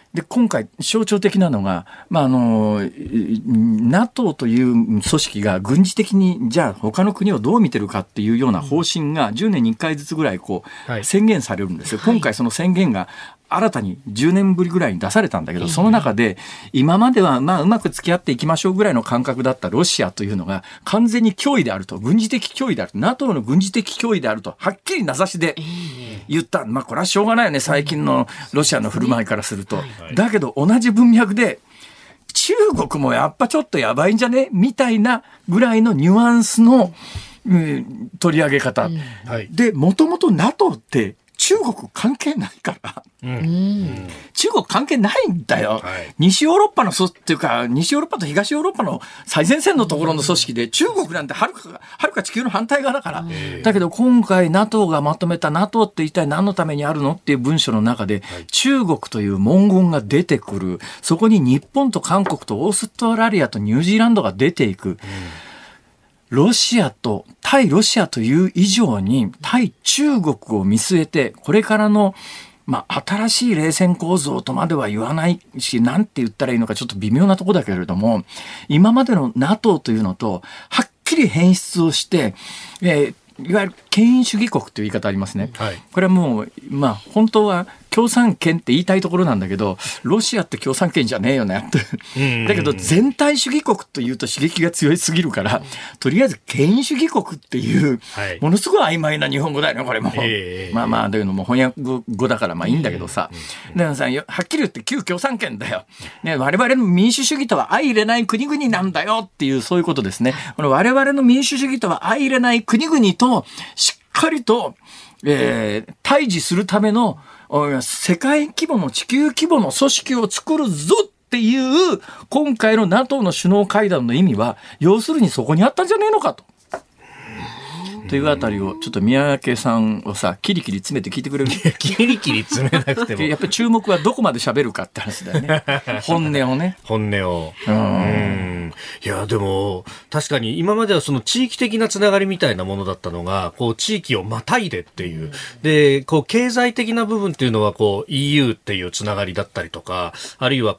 で今回象徴的なのが、NATO という組織が軍事的にじゃあ他の国をどう見てるかっていうような方針が10年に1回ずつぐらい宣言されるんですよ。今回その宣言が新たに10年ぶりぐらいに出されたんだけど、その中で今まではうまく付き合っていきましょうぐらいの感覚だったロシアというのが完全に脅威であると、軍事的脅威であると、 NATO の軍事的脅威であるとはっきり名指しで言った。これはしょうがないよね、最近のロシアの振る舞いからすると。だけど同じ文脈で中国もやっぱちょっとやばいんじゃねみたいなぐらいのニュアンスの、取り上げ方、でもともと NATO って中国関係ないから、中国関係ないんだよ、西ヨーロッパのっていうか西ヨーロッパと東ヨーロッパの最前線のところの組織で、中国なんてはるか地球の反対側だから。だけど今回 NATO がまとめた NATO って一体何のためにあるのっていう文書の中で、中国という文言が出てくる。そこに日本と韓国とオーストラリアとニュージーランドが出ていく。ロシアと対ロシアという以上に対中国を見据えて、これからの新しい冷戦構造とまでは言わないし、なんて言ったらいいのかちょっと微妙なところだけれども、今までの NATO というのとはっきり変質をして、いわゆる権威主義国という言い方ありますね。これはもう本当は共産権って言いたいところなんだけど、ロシアって共産権じゃねえよねってだけど全体主義国というと刺激が強いすぎるから、とりあえず権威主義国っていうものすごい曖昧な日本語だよね、これも。だけども翻訳語だからいいんだけどさ、だからさ、はっきり言って旧共産権だよ、我々の民主主義とは相入れない国々なんだよっていう、そういうことですね。この我々の民主主義とは相入れない国々としっかりと、対峙するための世界規模の地球規模の組織を作るぞっていう今回の NATO の首脳会談の意味は、要するにそこにあったんじゃねえのかと。というあたりをちょっと宮家さんをさ、キリキリ詰めて聞いてくれる？ キリキリ詰めなくてもやっぱり注目はどこまで喋るかって話だよね。本音をね。 本音を。いやでも確かに今まではその地域的なつながりみたいなものだったのが、地域をまたいでっていうで、経済的な部分っていうのはEU っていうつながりだったりとか、あるいは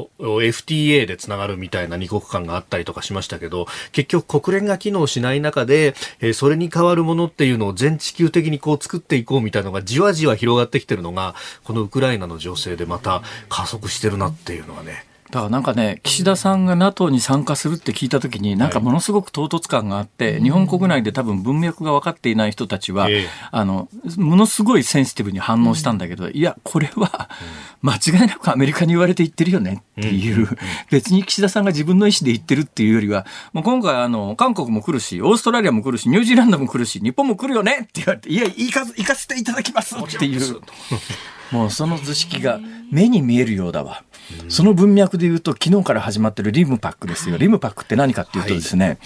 FTA でつながるみたいな二国間があったりとかしましたけど、結局国連が機能しない中で、それに変わるものっていうのを全地球的に作っていこうみたいなのがじわじわ広がってきてるのが、このウクライナの情勢でまた加速してるなっていうのはね。 だからなんかね、岸田さんが NATO に参加するって聞いたときに、なんかものすごく唐突感があって、日本国内で多分文脈が分かっていない人たちは、ものすごいセンシティブに反応したんだけど、いや、これは間違いなくアメリカに言われて言ってるよねっていう、別に岸田さんが自分の意思で言ってるっていうよりは、もう今回韓国も来るし、オーストラリアも来るし、ニュージーランドも来るし、日本も来るよねって言われて、いや、行かせていただきますっていう、もうその図式が目に見えるようだわ。その文脈で言うと、昨日から始まってるリムパックですよ。リムパックって何かっていうとですね、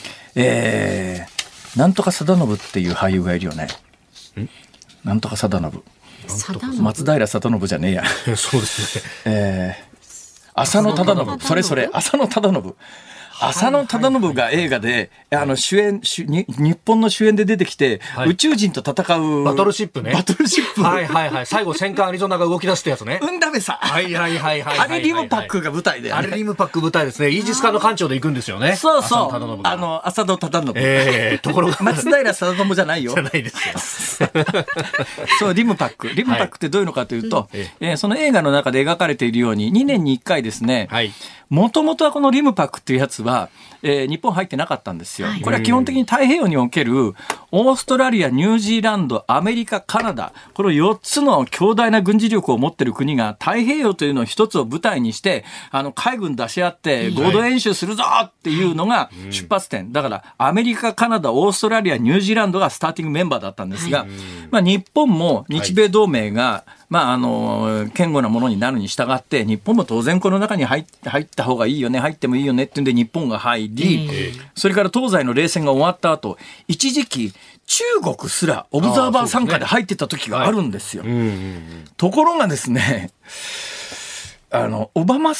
なんとか貞信っていう俳優がいるよね。なんとか貞信。松平定信じゃねえや。 そうですね。 浅野忠信。それ浅野忠信。浅野忠信が映画で日本の主演で出てきて、宇宙人と戦うバトルシップね。 バトルシップ。 最後戦艦アリゾナが動き出すってやつね。 うんだべさ。あれリムパックが舞台で。 あれリムパック舞台ですね。イージス艦の艦長で行くんですよね。 そう。浅野忠信。ところが松平定信じゃないよ。 じゃないですよ。 そうリムパック。リムパックってどういうのかというと、その映画の中で描かれているように2年に1回ですね。もともとはこのリムパックっていうやつは、日本入ってなかったんですよ。これは基本的に太平洋におけるオーストラリア、ニュージーランド、アメリカ、カナダ、この4つの強大な軍事力を持っている国が太平洋というのを一つを舞台にして、海軍出し合って合同演習するぞっていうのが出発点。だからアメリカ、カナダ、オーストラリア、ニュージーランドがスターティングメンバーだったんですが、日本も日米同盟が、堅固なものになるに従って、日本も当然この中に入った方がいいよね、入ってもいいよねっていうんで日本が入り、それから東西の冷戦が終わった後、一時期中国すらオブザーバー参加で入ってた時があるんですよ。ところがですね、オバマ政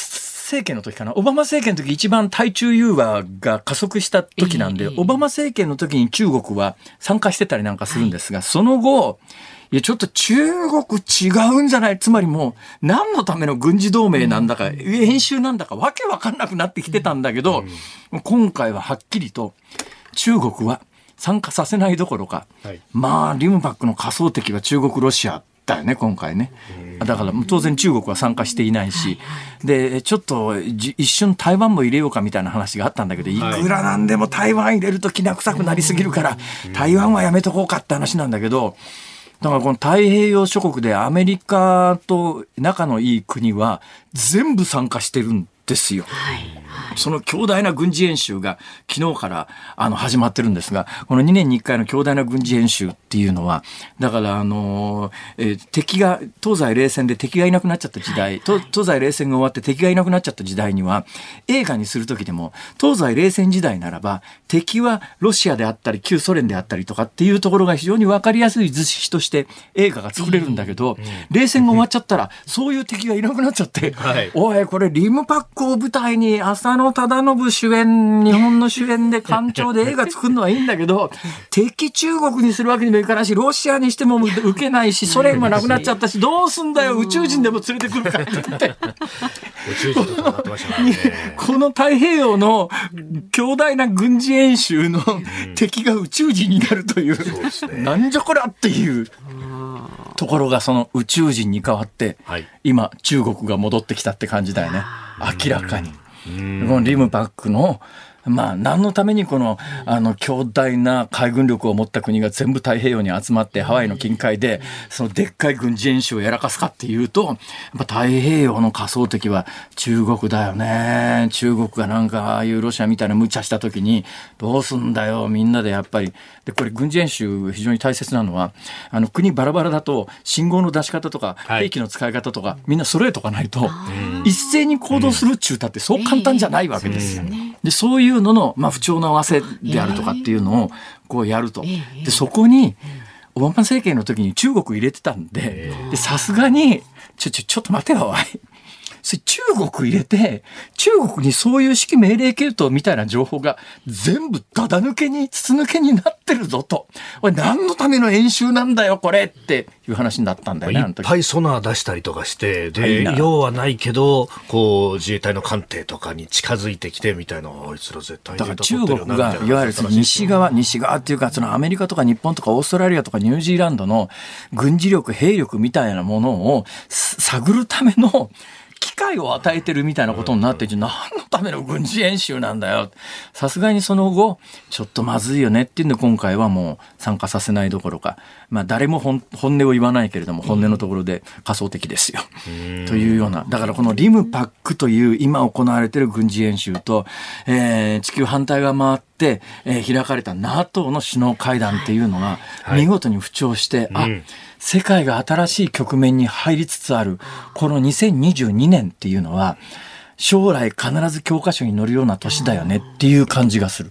政権の時かな。オバマ政権の時一番対中融和が加速した時なんで、オバマ政権の時に中国は参加してたりなんかするんですが、その後、いやちょっと中国違うんじゃない、つまりもう何のための軍事同盟なんだか、演習なんだかわけわかんなくなってきてたんだけど、今回ははっきりと中国は参加させないどころか、まあリムパックの仮想敵は中国ロシアだよね今回ね。だから当然中国は参加していないし、でちょっと一瞬台湾も入れようかみたいな話があったんだけど、いくらなんでも台湾入れるときな臭くなりすぎるから台湾はやめとこうかって話なんだけど、だからこの太平洋諸国でアメリカと仲のいい国は全部参加してるんですよ。その強大な軍事演習が昨日から始まってるんですが、この2年に1回の強大な軍事演習っていうのは、だから敵が東西冷戦で敵がいなくなっちゃった時代、東西冷戦が終わって敵がいなくなっちゃった時代には、映画にする時でも東西冷戦時代ならば敵はロシアであったり旧ソ連であったりとかっていうところが非常に分かりやすい図式として映画が作れるんだけど、冷戦が終わっちゃったらそういう敵がいなくなっちゃって、おいこれリムパックを舞台に浅野忠信主演、日本の主演で艦長で映画作るのはいいんだけど、敵中国にするわけにもいかないし、ロシアにしても受けないし、ソ連もなくなっちゃったし、どうすんだよ宇宙人でも連れてくるかって言って宇宙人と戦ってましたね。 この太平洋の強大な軍事演習の敵が宇宙人になるという、なんじゃこりゃっていうところが、その宇宙人に代わって、今中国が戻ってきたって感じだよね。明らかにこのリムパックの何のためにこの強大な海軍力を持った国が全部太平洋に集まってハワイの近海でそのでっかい軍事演習をやらかすかっていうと、やっぱ太平洋の仮想敵は中国だよね。中国がなんかああいうロシアみたいな無茶した時にどうすんだよみんなでやっぱり。でこれ軍事演習非常に大切なのは、国バラバラだと信号の出し方とか兵器の使い方とかみんな揃えとかないと一斉に行動するっちゅうたってそう簡単じゃないわけですよ。でそういうのの不調な合わせであるとかっていうのをこうやると。でそこにオバマ政権の時に中国入れてたんで、さすがにちょっと待てよおい、中国入れて中国にそういう指揮命令系統みたいな情報が全部ダダ抜けに筒抜けになってるぞと、おい何のための演習なんだよこれっていう話になったんだよね。 いっぱいソナー出したりとかして、で用はないけどこう自衛隊の艦艇とかに近づいてきてみたいな、あいつら絶対だから中国がいわゆる西側っていうか、そのアメリカとか日本とかオーストラリアとかニュージーランドの軍事力兵力みたいなものを探るための機会を与えてるみたいなことになって何のための軍事演習なんだよ。さすがにその後ちょっとまずいよねっていうんで今回はもう参加させないどころか、誰も本音を言わないけれども本音のところで仮想的ですよというような。だからこのリムパックという今行われている軍事演習と、地球反対側回って開かれた NATO の首脳会談っていうのが見事に不調して、世界が新しい局面に入りつつあるこの2022年っていうのは将来必ず教科書に載るような年だよねっていう感じがする。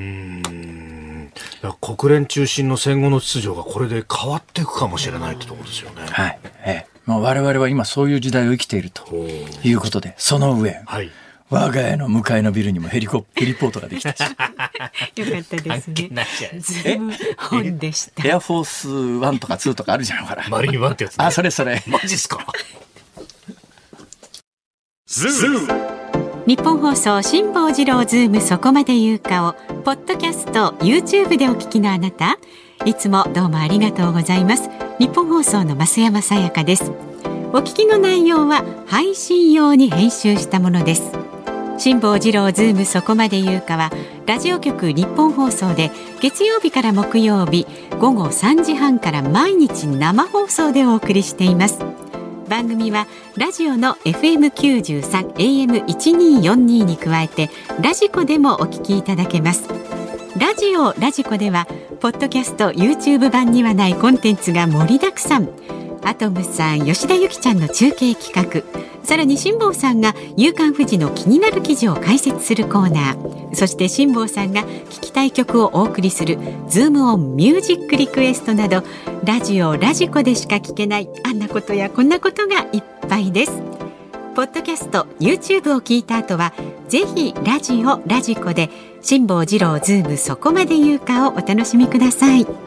国連中心の戦後の秩序がこれで変わっていくかもしれないってところですよね。 はい、我々は今そういう時代を生きているということで、その上、我が家の向かいのビルにもヘリポートができたしよかったですね。ズーム本でした。 エアフォース1とか2とかあるじゃんほら。 マリン1ってやつ、ね、 あそれマジっすか。 ズーム日本放送辛坊治郎ズームそこまで言うかをポッドキャスト YouTube でお聞きのあなた、いつもどうもありがとうございます。日本放送の増山さやかです。お聞きの内容は配信用に編集したものです。辛坊治郎ズームそこまで言うかはラジオ局日本放送で月曜日から木曜日午後3時半から毎日生放送でお送りしています。番組はラジオの FM93 AM1242 に加えてラジコでもお聞きいただけます。ラジコではポッドキャスト YouTube 版にはないコンテンツが盛りだくさん。アトムさん、吉田ゆきちゃんの中継企画、さらに辛坊さんが夕刊フジの気になる記事を解説するコーナー、そして辛坊さんが聞きたい曲をお送りするズームオンミュージックリクエストなど、ラジコでしか聞けないあんなことやこんなことがいっぱいです。 ポッドキャスト YouTube を聞いた後はぜひラジコで辛坊治郎ズームそこまで言うかをお楽しみください。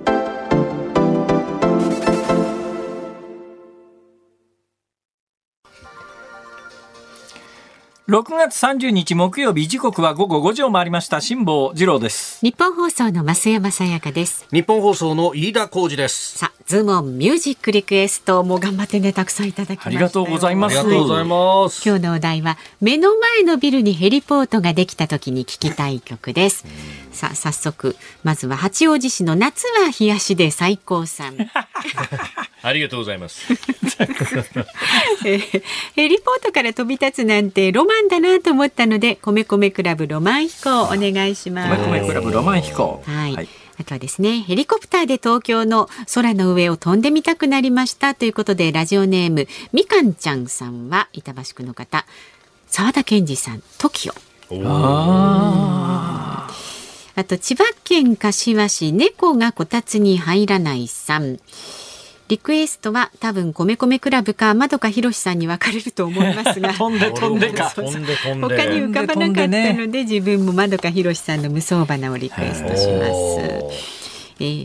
6月30日木曜日、時刻は午後5時を回りました。辛坊治郎です。 日本放送の増山さやかです。 日本放送の飯田浩司です。 さあ、ズームオンミュージックリクエストも頑張ってね、たくさんいただきました。 ありがとうございます。 ありがとうございます。 今日のお題は目の前のビルにヘリポートができた時に聴きたい曲です。さあ、早速まずは八王子市の夏は冷やしで最高さんありがとうございますヘリポートから飛び立つなんてロマンだなと思ったので、米米クラブロマン飛行お願いします。 米米クラブロマン飛行、 はいはい、あとはですね、ヘリコプターで東京の空の上を飛んでみたくなりましたということで、ラジオネームみかんちゃんさんは板橋区の方、沢田研二さん TOKIO。 あと千葉県柏市猫がこたつに入らないさん、リクエストは多分米米クラブかまどかひろしさんに分かれると思いますが飛んでか他に浮かばなかったので、自分もまどかひろしさんの無双花をリクエストします。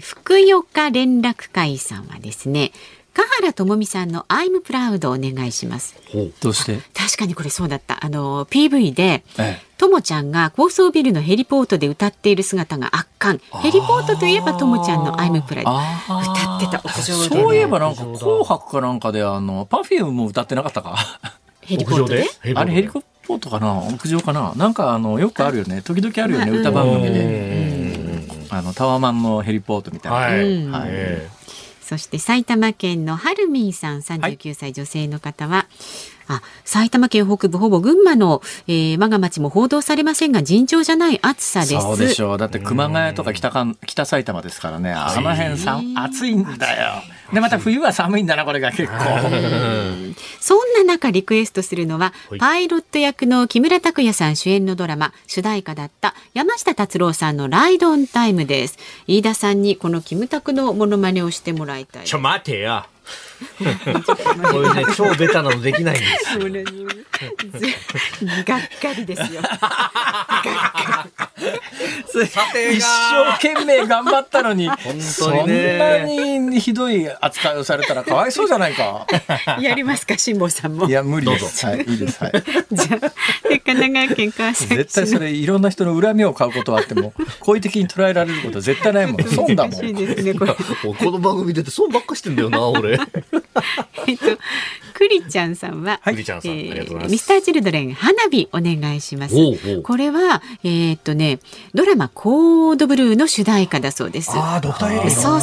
福岡連絡会さんはですね、香原朋美さんの I'm Proud をお願いします。 どうして？ 確かにこれそうだった。PV でともちゃんが高層ビルのヘリポートで歌っている姿が圧巻。ヘリポートといえばともちゃんの I'm Proud 歌ってた屋上で、ね、 そういえばなんか紅白かなんかでPerfumeも歌ってなかったかヘリポートであれヘリコプターとかな、屋上かな、なんかよくあるよね、時々あるよね、歌番組でタワマンのヘリポートみたいな、 そして埼玉県のはるみんさん39歳女性の方は、埼玉県北部ほぼ群馬の、我が町も報道されませんが尋常じゃない暑さです。 そうでしょう。だって熊谷とか北埼玉ですからね、あの辺暑いんだよ。でまた冬は寒いんだな、これが結構そんな中リクエストするのは、パイロット役の木村拓哉さん主演のドラマ主題歌だった山下達郎さんのライドオンタイムです。飯田さんにこのキムタクのモノマネをしてもらいたい。 ちょ待てよこういうね、超ベタなのできないんですがっかりですよ一生懸命頑張ったのに本当に、ね、そんなにひどい扱いをされたらかわいそうじゃないかやりますか、辛坊さんも。 いや無理です、はい、いいです、はい、 じゃあ神奈川県川崎市絶対それいろんな人の恨みを買うことはあっても好意的に捉えられることは絶対ないもん。損だもん。 難しいですね、この番組出て損ばっかしてんだよな俺クリちゃんさんは、 クリちゃんさん、ありがとうございます。 ミスターチルドレン花火お願いします。これはドラマコードブルーの主題歌だそうです。 ドクターヘリ。 そう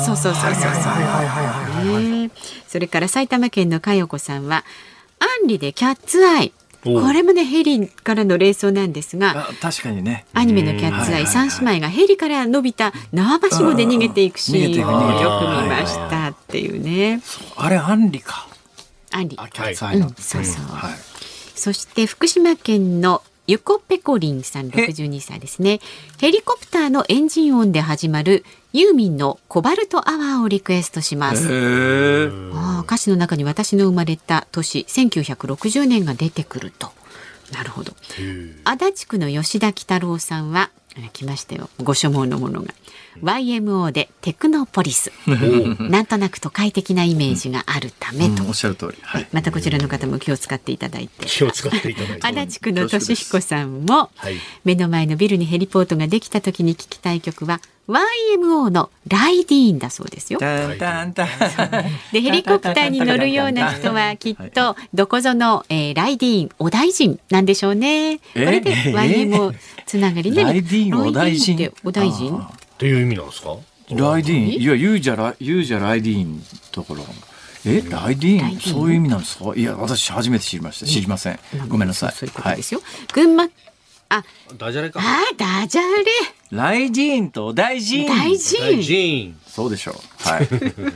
それから埼玉県のかよこさんはアンリでキャッツアイ。これもねヘリからの連想なんですが、 確かにね、 アニメのキャッツアイ、三姉妹がヘリから伸びた縄ばしごで逃げていくシーンをよく見ましたっていうね。 あれアンリか。 アンリ。 キャッツアイの。 そう。そして福島県のゆこぺこりんさん62歳ですね。ヘリコプターのエンジン音で始まるユーミンのコバルトアワーをリクエストします。歌詞の中に私の生まれた年1960年が出てくると。なるほど。足立区の吉田喜太郎さんは来ましたよ、ご所望のものが YMO でテクノポリスなんとなく都会的なイメージがあるためと、 おっしゃる通り、はい、 またこちらの方も気を使っていただいて、 足立区の俊彦さんも、目の前のビルにヘリポートができた時に聞きたい曲は YMO のライディーンだそうですよ。でヘリコプターに乗るような人はきっとどこぞの、ライディーンお大臣なんでしょうね。これで YMO つながりで、 ライディーンお大臣ってお大臣っていう意味なんですか。 ライディーン、いやユージャライディーンところ、ライディーンそういう意味なんですか。いや私初めて知りました。知りません、ごめんなさい。 そういうことですよ。群馬ダジャレか。 ダジャレ雷神と大神。 大神。 そうでしょう。はい。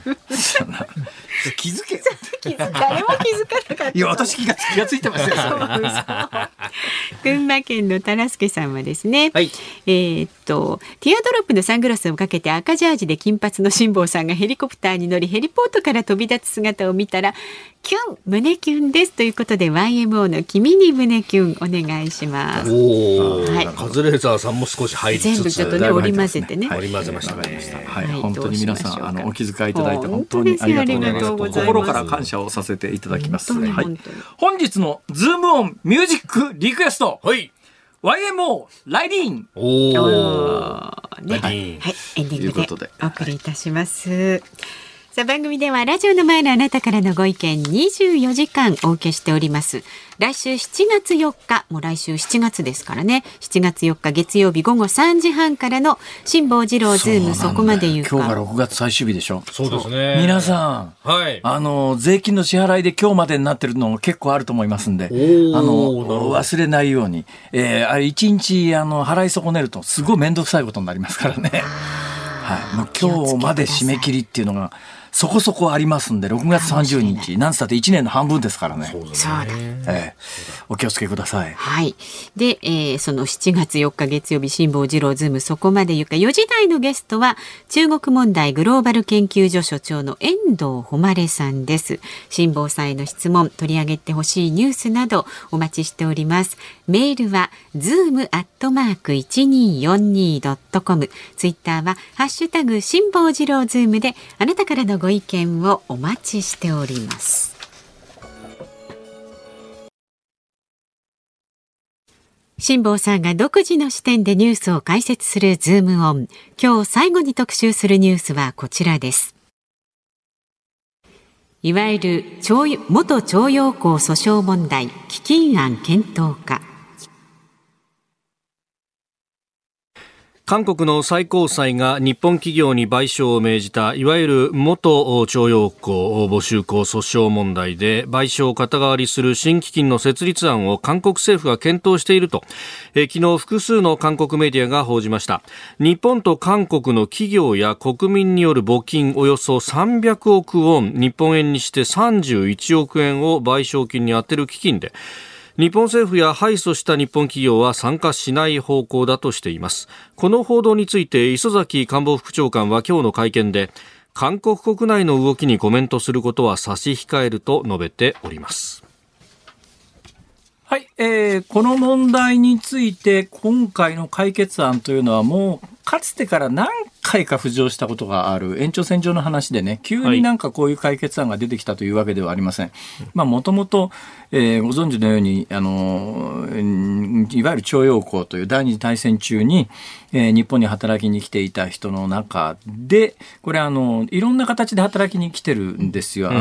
気づけ。 誰も気づかなかった。 いや、私気がついてますよ。 群馬県のタラスケさんはですね、 はい、 ティアドロップのサングラスをかけて赤ジャージで金髪の辛坊さんがヘリコプターに乗りヘリポートから飛び立つ姿を見たらキュン胸キュンですということで YMO の君に胸キュンお願いします。 はい、カズレーザーさんも少し入りつつ全部ちょっとね織り交ぜてね、 織り交ぜましたね。 はい、本当に皆さんお気遣いいただいて本当にありがとうございます。心から感謝をさせていただきます。はい、本日のズームオンミュージックリクエスト、はい、YMO ライディーン。 はい、エンディングでお送りいたします。さあ、番組ではラジオの前のあなたからのご意見24時間お受けしております。来週7月4日、もう来週7月ですからね、7月4日月曜日午後3時半からの辛坊治郎ズームそこまで言うか。 今日が6月最終日でしょ。 そうですね。 皆さん、はい、税金の支払いで今日までになってるのも結構あると思いますんで、忘れないように、あれ1日払い損ねるとすごい面倒くさいことになりますからね。はい、もう今日まで締め切りっていうのがそこそこありますんで、6月30日、なんつったって1年の半分ですからね。 そうだ。 お気をつけください。 はい。で、その7月4日月曜日、辛坊治郎ズームそこまで言うか、4時台のゲストは、中国問題グローバル研究所所長の遠藤誉さんです。辛坊さんへの質問、取り上げてほしいニュースなどお待ちしております。メールは、zoom@1242.com。ツイッターは、ハッシュタグ辛坊治郎ズームで、あなたからのご意見をお待ちしております。辛坊さんが独自の視点でニュースを解説するズームオン。今日最後に特集するニュースはこちらです。いわゆる元徴用工訴訟問題、基金案検討か。 韓国の最高裁が日本企業に賠償を命じたいわゆる元徴用工募集工訴訟問題で賠償を肩代わりする新基金の設立案を韓国政府が検討していると、昨日複数の韓国メディアが報じました。日本と韓国の企業や国民による募金およそ300億ウォン、日本円にして31億円を賠償金に充てる基金で、日本政府や敗訴した日本企業は参加しない方向だとしています。この報道について磯崎官房副長官は今日の会見で、韓国国内の動きにコメントすることは差し控えると述べております。 はい、この問題について今回の解決案というのはもうかつてから何回か浮上したことがある延長線上の話でね、急になんかこういう解決案が出てきたというわけではありません。もともとご存知のようにいわゆる徴用工という第二次大戦中に、日本に働きに来ていた人の中でこれいろんな形で働きに来てるんですよ。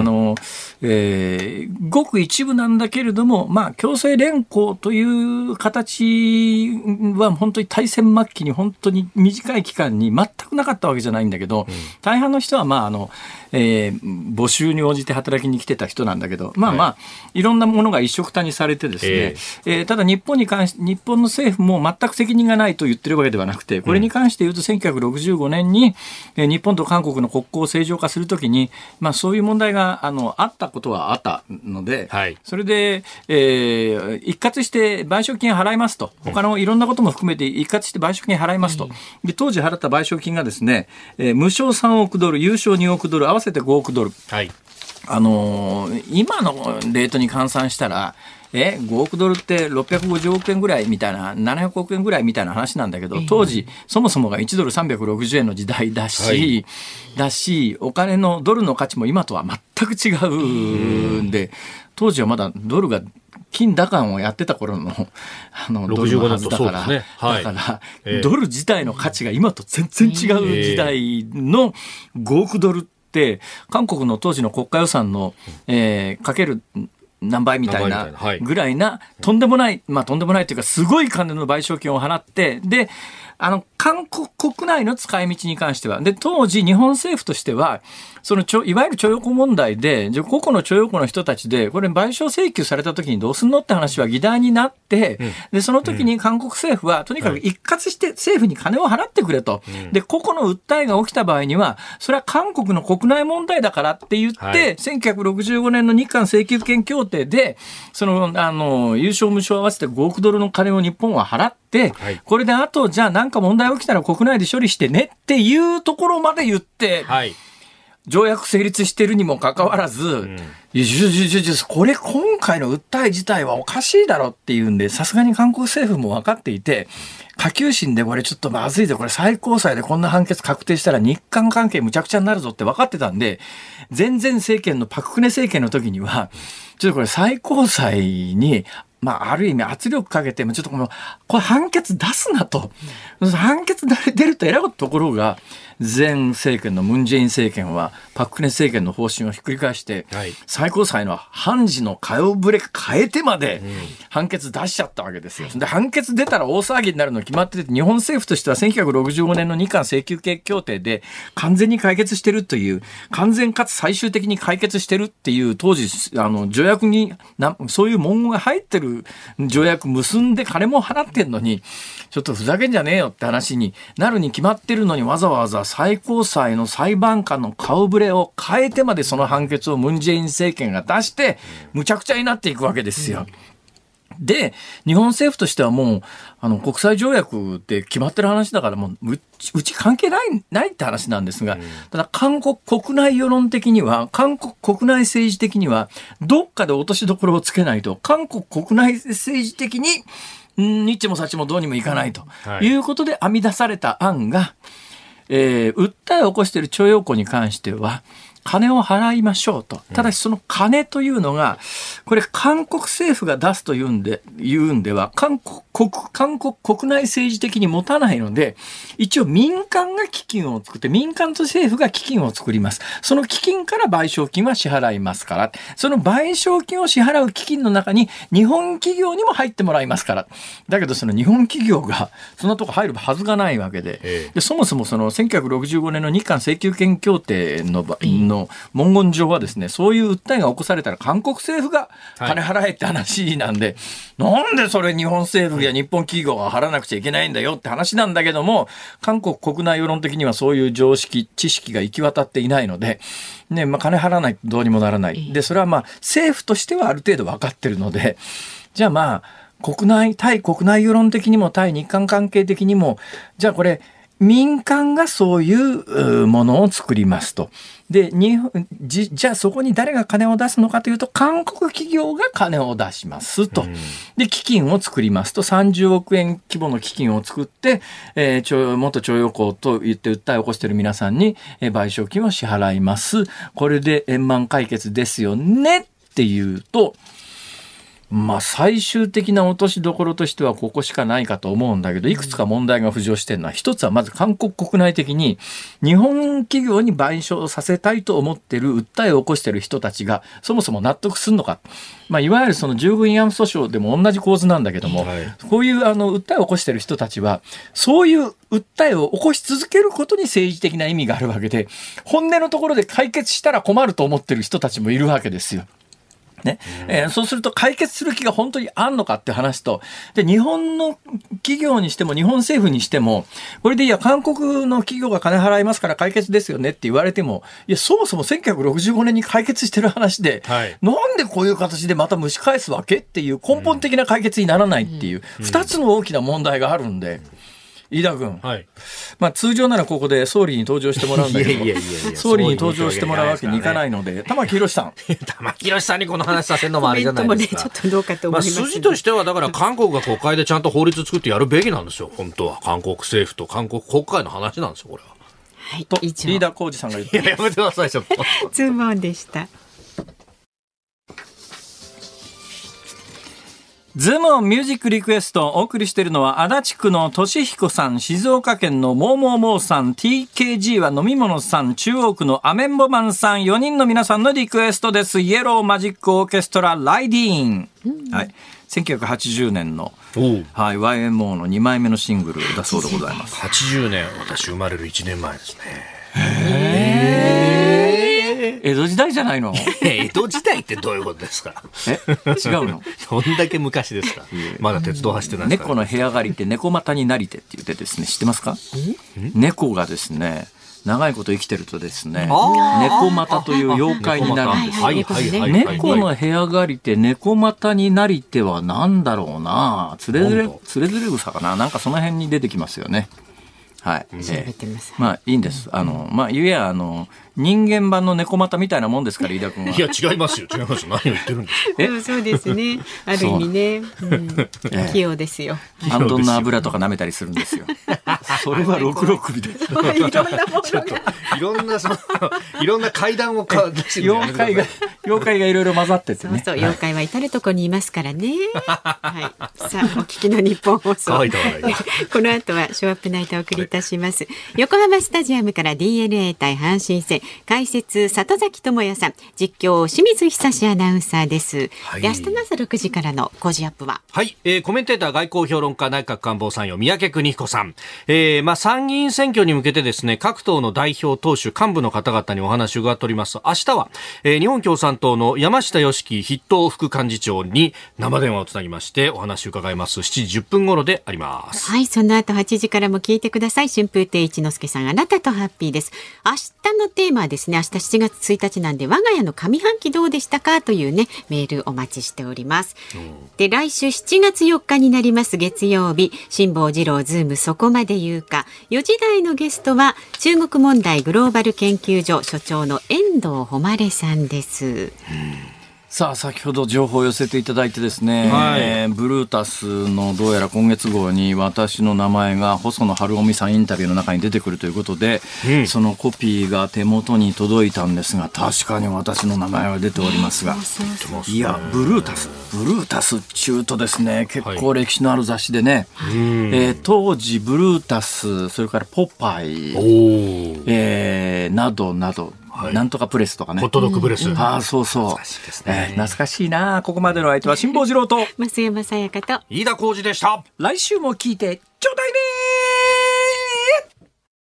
ごく一部なんだけれども、強制連行という形は本当に大戦末期に本当に短い期間に全くなかったわけじゃないんだけど、大半の人は募集に応じて働きに来てた人なんだけど、いろんなものが一緒くたにされてですね、ただ日本の政府も全く責任がないと言ってるわけではなくて、これに関して言うと1965年に日本と韓国の国交を正常化するときに、そういう問題があったことはあったので、それで、一括して賠償金払いますと、他のいろんなことも含めて一括して賠償金払いますと、で当時払った賠償金がですね、無償3億ドル、有償2億ドル、合わせて5億ドル、今のレートに換算したら5億ドルって650億円ぐらいみたいな、700億円ぐらいみたいな話なんだけど、当時そもそもが1ドル360円の時代だし、お金のドルの価値も今とは全く違うんで、当時はまだドルが金高をやってた頃のドルのはずだから、だからドル自体の価値が今と全然違う時代の5億ドルって韓国の当時の国家予算のかける何倍みたいなぐらいなとんでもない、とんでもないというかすごい金の賠償金を払って、で韓国国内の使い道に関しては、で当時日本政府としてはそのいわゆる徴用工問題で、個々の徴用工の人たちで、これ賠償請求された時にどうすんのって話は議題になって、で、その時に韓国政府は、とにかく一括して政府に金を払ってくれと。で、個々の訴えが起きた場合には、それは韓国の国内問題だからって言って、1965年の日韓請求権協定で、その、有償無償合わせて5億ドルの金を日本は払って、これであと、じゃあなんか問題起きたら国内で処理してねっていうところまで言って、条約成立してるにもかかわらず、これ今回の訴え自体はおかしいだろっていうんで、さすがに韓国政府も分かっていて、下級審でこれちょっとまずいぜ、これ最高裁でこんな判決確定したら日韓関係むちゃくちゃになるぞって分かってたんで、前々政権のパククネ政権の時には、ちょっとこれ最高裁に、ある意味圧力かけても、ちょっとこれ判決出すなと。判決出ると偉いところが、前政権のムン・ジェイン政権はパククネ政権の方針をひっくり返して、最高裁の判事の顔ぶれ変えてまで判決出しちゃったわけですよ。で、判決出たら大騒ぎになるの決まってて、日本政府としては1965年の日韓請求権協定で完全に解決してるという、完全かつ最終的に解決してるっていう、当時条約にそういう文言が入ってる条約結んで金も払ってんのに、ちょっとふざけんじゃねえよって話になるに決まってるのに、わざわざ最高裁の裁判官の顔ぶれを変えてまでその判決をムン・ジェイン政権が出してむちゃくちゃになっていくわけですよ。で、日本政府としてはもう国際条約で決まってる話だからもううち関係ないって話なんですが、ただ韓国国内世論的には、韓国国内政治的にはどっかで落としどころをつけないと、韓国国内政治的にニッチもサッチもどうにもいかないということで編み出された案が、訴えを起こしている徴用工に関しては金を払いましょうと。ただしその金というのが、これ韓国政府が出すというんでは、韓国国内政治的に持たないので、一応民間が基金を作って、民間と政府が基金を作ります。その基金から賠償金は支払いますから、その賠償金を支払う基金の中に日本企業にも入ってもらいますから。だけどその日本企業がそんなとこ入るはずがないわけで、そもそもその1965年の日韓請求権協定の文言上はですね、そういう訴えが起こされたら韓国政府が金払えって話なんで、なんでそれ日本政府や日本企業が払わなくちゃいけないんだよって話なんだけども、韓国国内世論的にはそういう常識知識が行き渡っていないので、金払わないとどうにもならない。で、それは政府としてはある程度分かってるので、じゃあ対国内世論的にも対日韓関係的にも、じゃあこれ民間がそういうものを作りますと。で、じゃあそこに誰が金を出すのかというと、韓国企業が金を出しますと。で、基金を作りますと、30億円規模の基金を作って、元徴用工と言って訴えを起こしている皆さんに賠償金を支払います。これで円満解決ですよねっていうと、最終的な落としどころとしてはここしかないかと思うんだけど、いくつか問題が浮上しているのは、一つはまず韓国国内的に日本企業に賠償させたいと思っている訴えを起こしている人たちがそもそも納得するのか。いわゆるその従軍慰安婦訴訟でも同じ構図なんだけども、こういう訴えを起こしている人たちはそういう訴えを起こし続けることに政治的な意味があるわけで、本音のところで解決したら困ると思っている人たちもいるわけですよ。そうすると解決する気が本当にあんのかって話と、で、日本の企業にしても日本政府にしても、これで韓国の企業が金払いますから解決ですよねって言われても、そもそも1965年に解決してる話で、なんでこういう形でまた蒸し返すわけっていう根本的な解決にならないっていう、二つの大きな問題があるんで、飯田君、通常ならここで総理に登場してもらうんだけど、総理に登場してもらうわけにいかないので、玉木宏さん玉木宏さんにこの話させるのもあれじゃないですか。 ちょっとどうかと思います。 筋としてはだから韓国が国会でちゃんと法律作ってやるべきなんですよ。本当は韓国政府と韓国国会の話なんですよ、これは。 とリーダー浩司さんが言って、 やめてくださいちょっと。 ズームオンでした。 ズームオンミュージックリクエストをお送りしているのは足立区の俊彦さん、静岡県のモーモーモーさん、 TKG は飲み物さん、中央区のアメンボマンさん、4人の皆さんのリクエストです。イエローマジックオーケストラライディーン、1980年の、YMO の2枚目のシングルだそうでございます。 80年、私生まれる1年前ですね。 江戸時代じゃないの？ 江戸時代ってどういうことですか？ 違うの？ どんだけ昔ですか？まだ鉄道走ってないですか？ 猫の部屋借りて猫股になりてって言ってですね、知ってますか？猫がですね、長いこと生きてるとですね、猫股という妖怪になるんですよ。猫の部屋借りて猫股になりてはなんだろうな、つれづれ草かな、なんかその辺に出てきますよね。はい。まあいいんです。まあゆえ人間版の猫股みたいなもんですから、飯田君は。 いや違いますよ、違いますよ。何を言ってるんですか？ そうですね。ある意味ね、器用ですよ。 ハンドンの油とか舐めたりするんですよ。それは66首で。 いろんな階段を妖怪がいろいろ混ざっててね。 そう妖怪は至るところにいますからね。はい。さあお聞きの日本放送。この後はショーアップナイトをお送りいたします。横浜スタジアムから DNA 対阪神戦。解説里崎智也さん、実況清水久志アナウンサーです。明日の朝6時からの5時アップは、 はい、コメンテーター外交評論家内閣官房参与三宅邦彦さん、参議院選挙に向けてですね、各党の代表党首幹部の方々にお話を伺っております。明日は、日本共産党の山下良樹筆頭副幹事長に生電話をつなぎましてお話を伺います。7時10分頃であります。 はい、その後8時からも聞いてください。春風亭一之輔さん、あなたとハッピーです。明日のテーマはですね、明日7月1日なんで、我が家の上半期どうでしたかというね、メールお待ちしております。で、来週7月4日になります月曜日、辛坊治郎ズームそこまで言うか。4時台のゲストは中国問題グローバル研究所所長の遠藤誉さんです。 さあ先ほど情報を寄せていただいてですね、ブルータスのどうやら今月号に私の名前が細野晴臣さんインタビューの中に出てくるということで、そのコピーが手元に届いたんですが、確かに私の名前は出ておりますが、いやブルータス中とですね、結構歴史のある雑誌でね、当時ブルータス、それからポパイ、などなど、なんとかプレスとかね、 ホットドッグプレス、 そうそう、懐かしいな。ここまでの相手は辛坊治郎と増山さやかと飯田浩司でした。 来週も聞いてちょうだいね。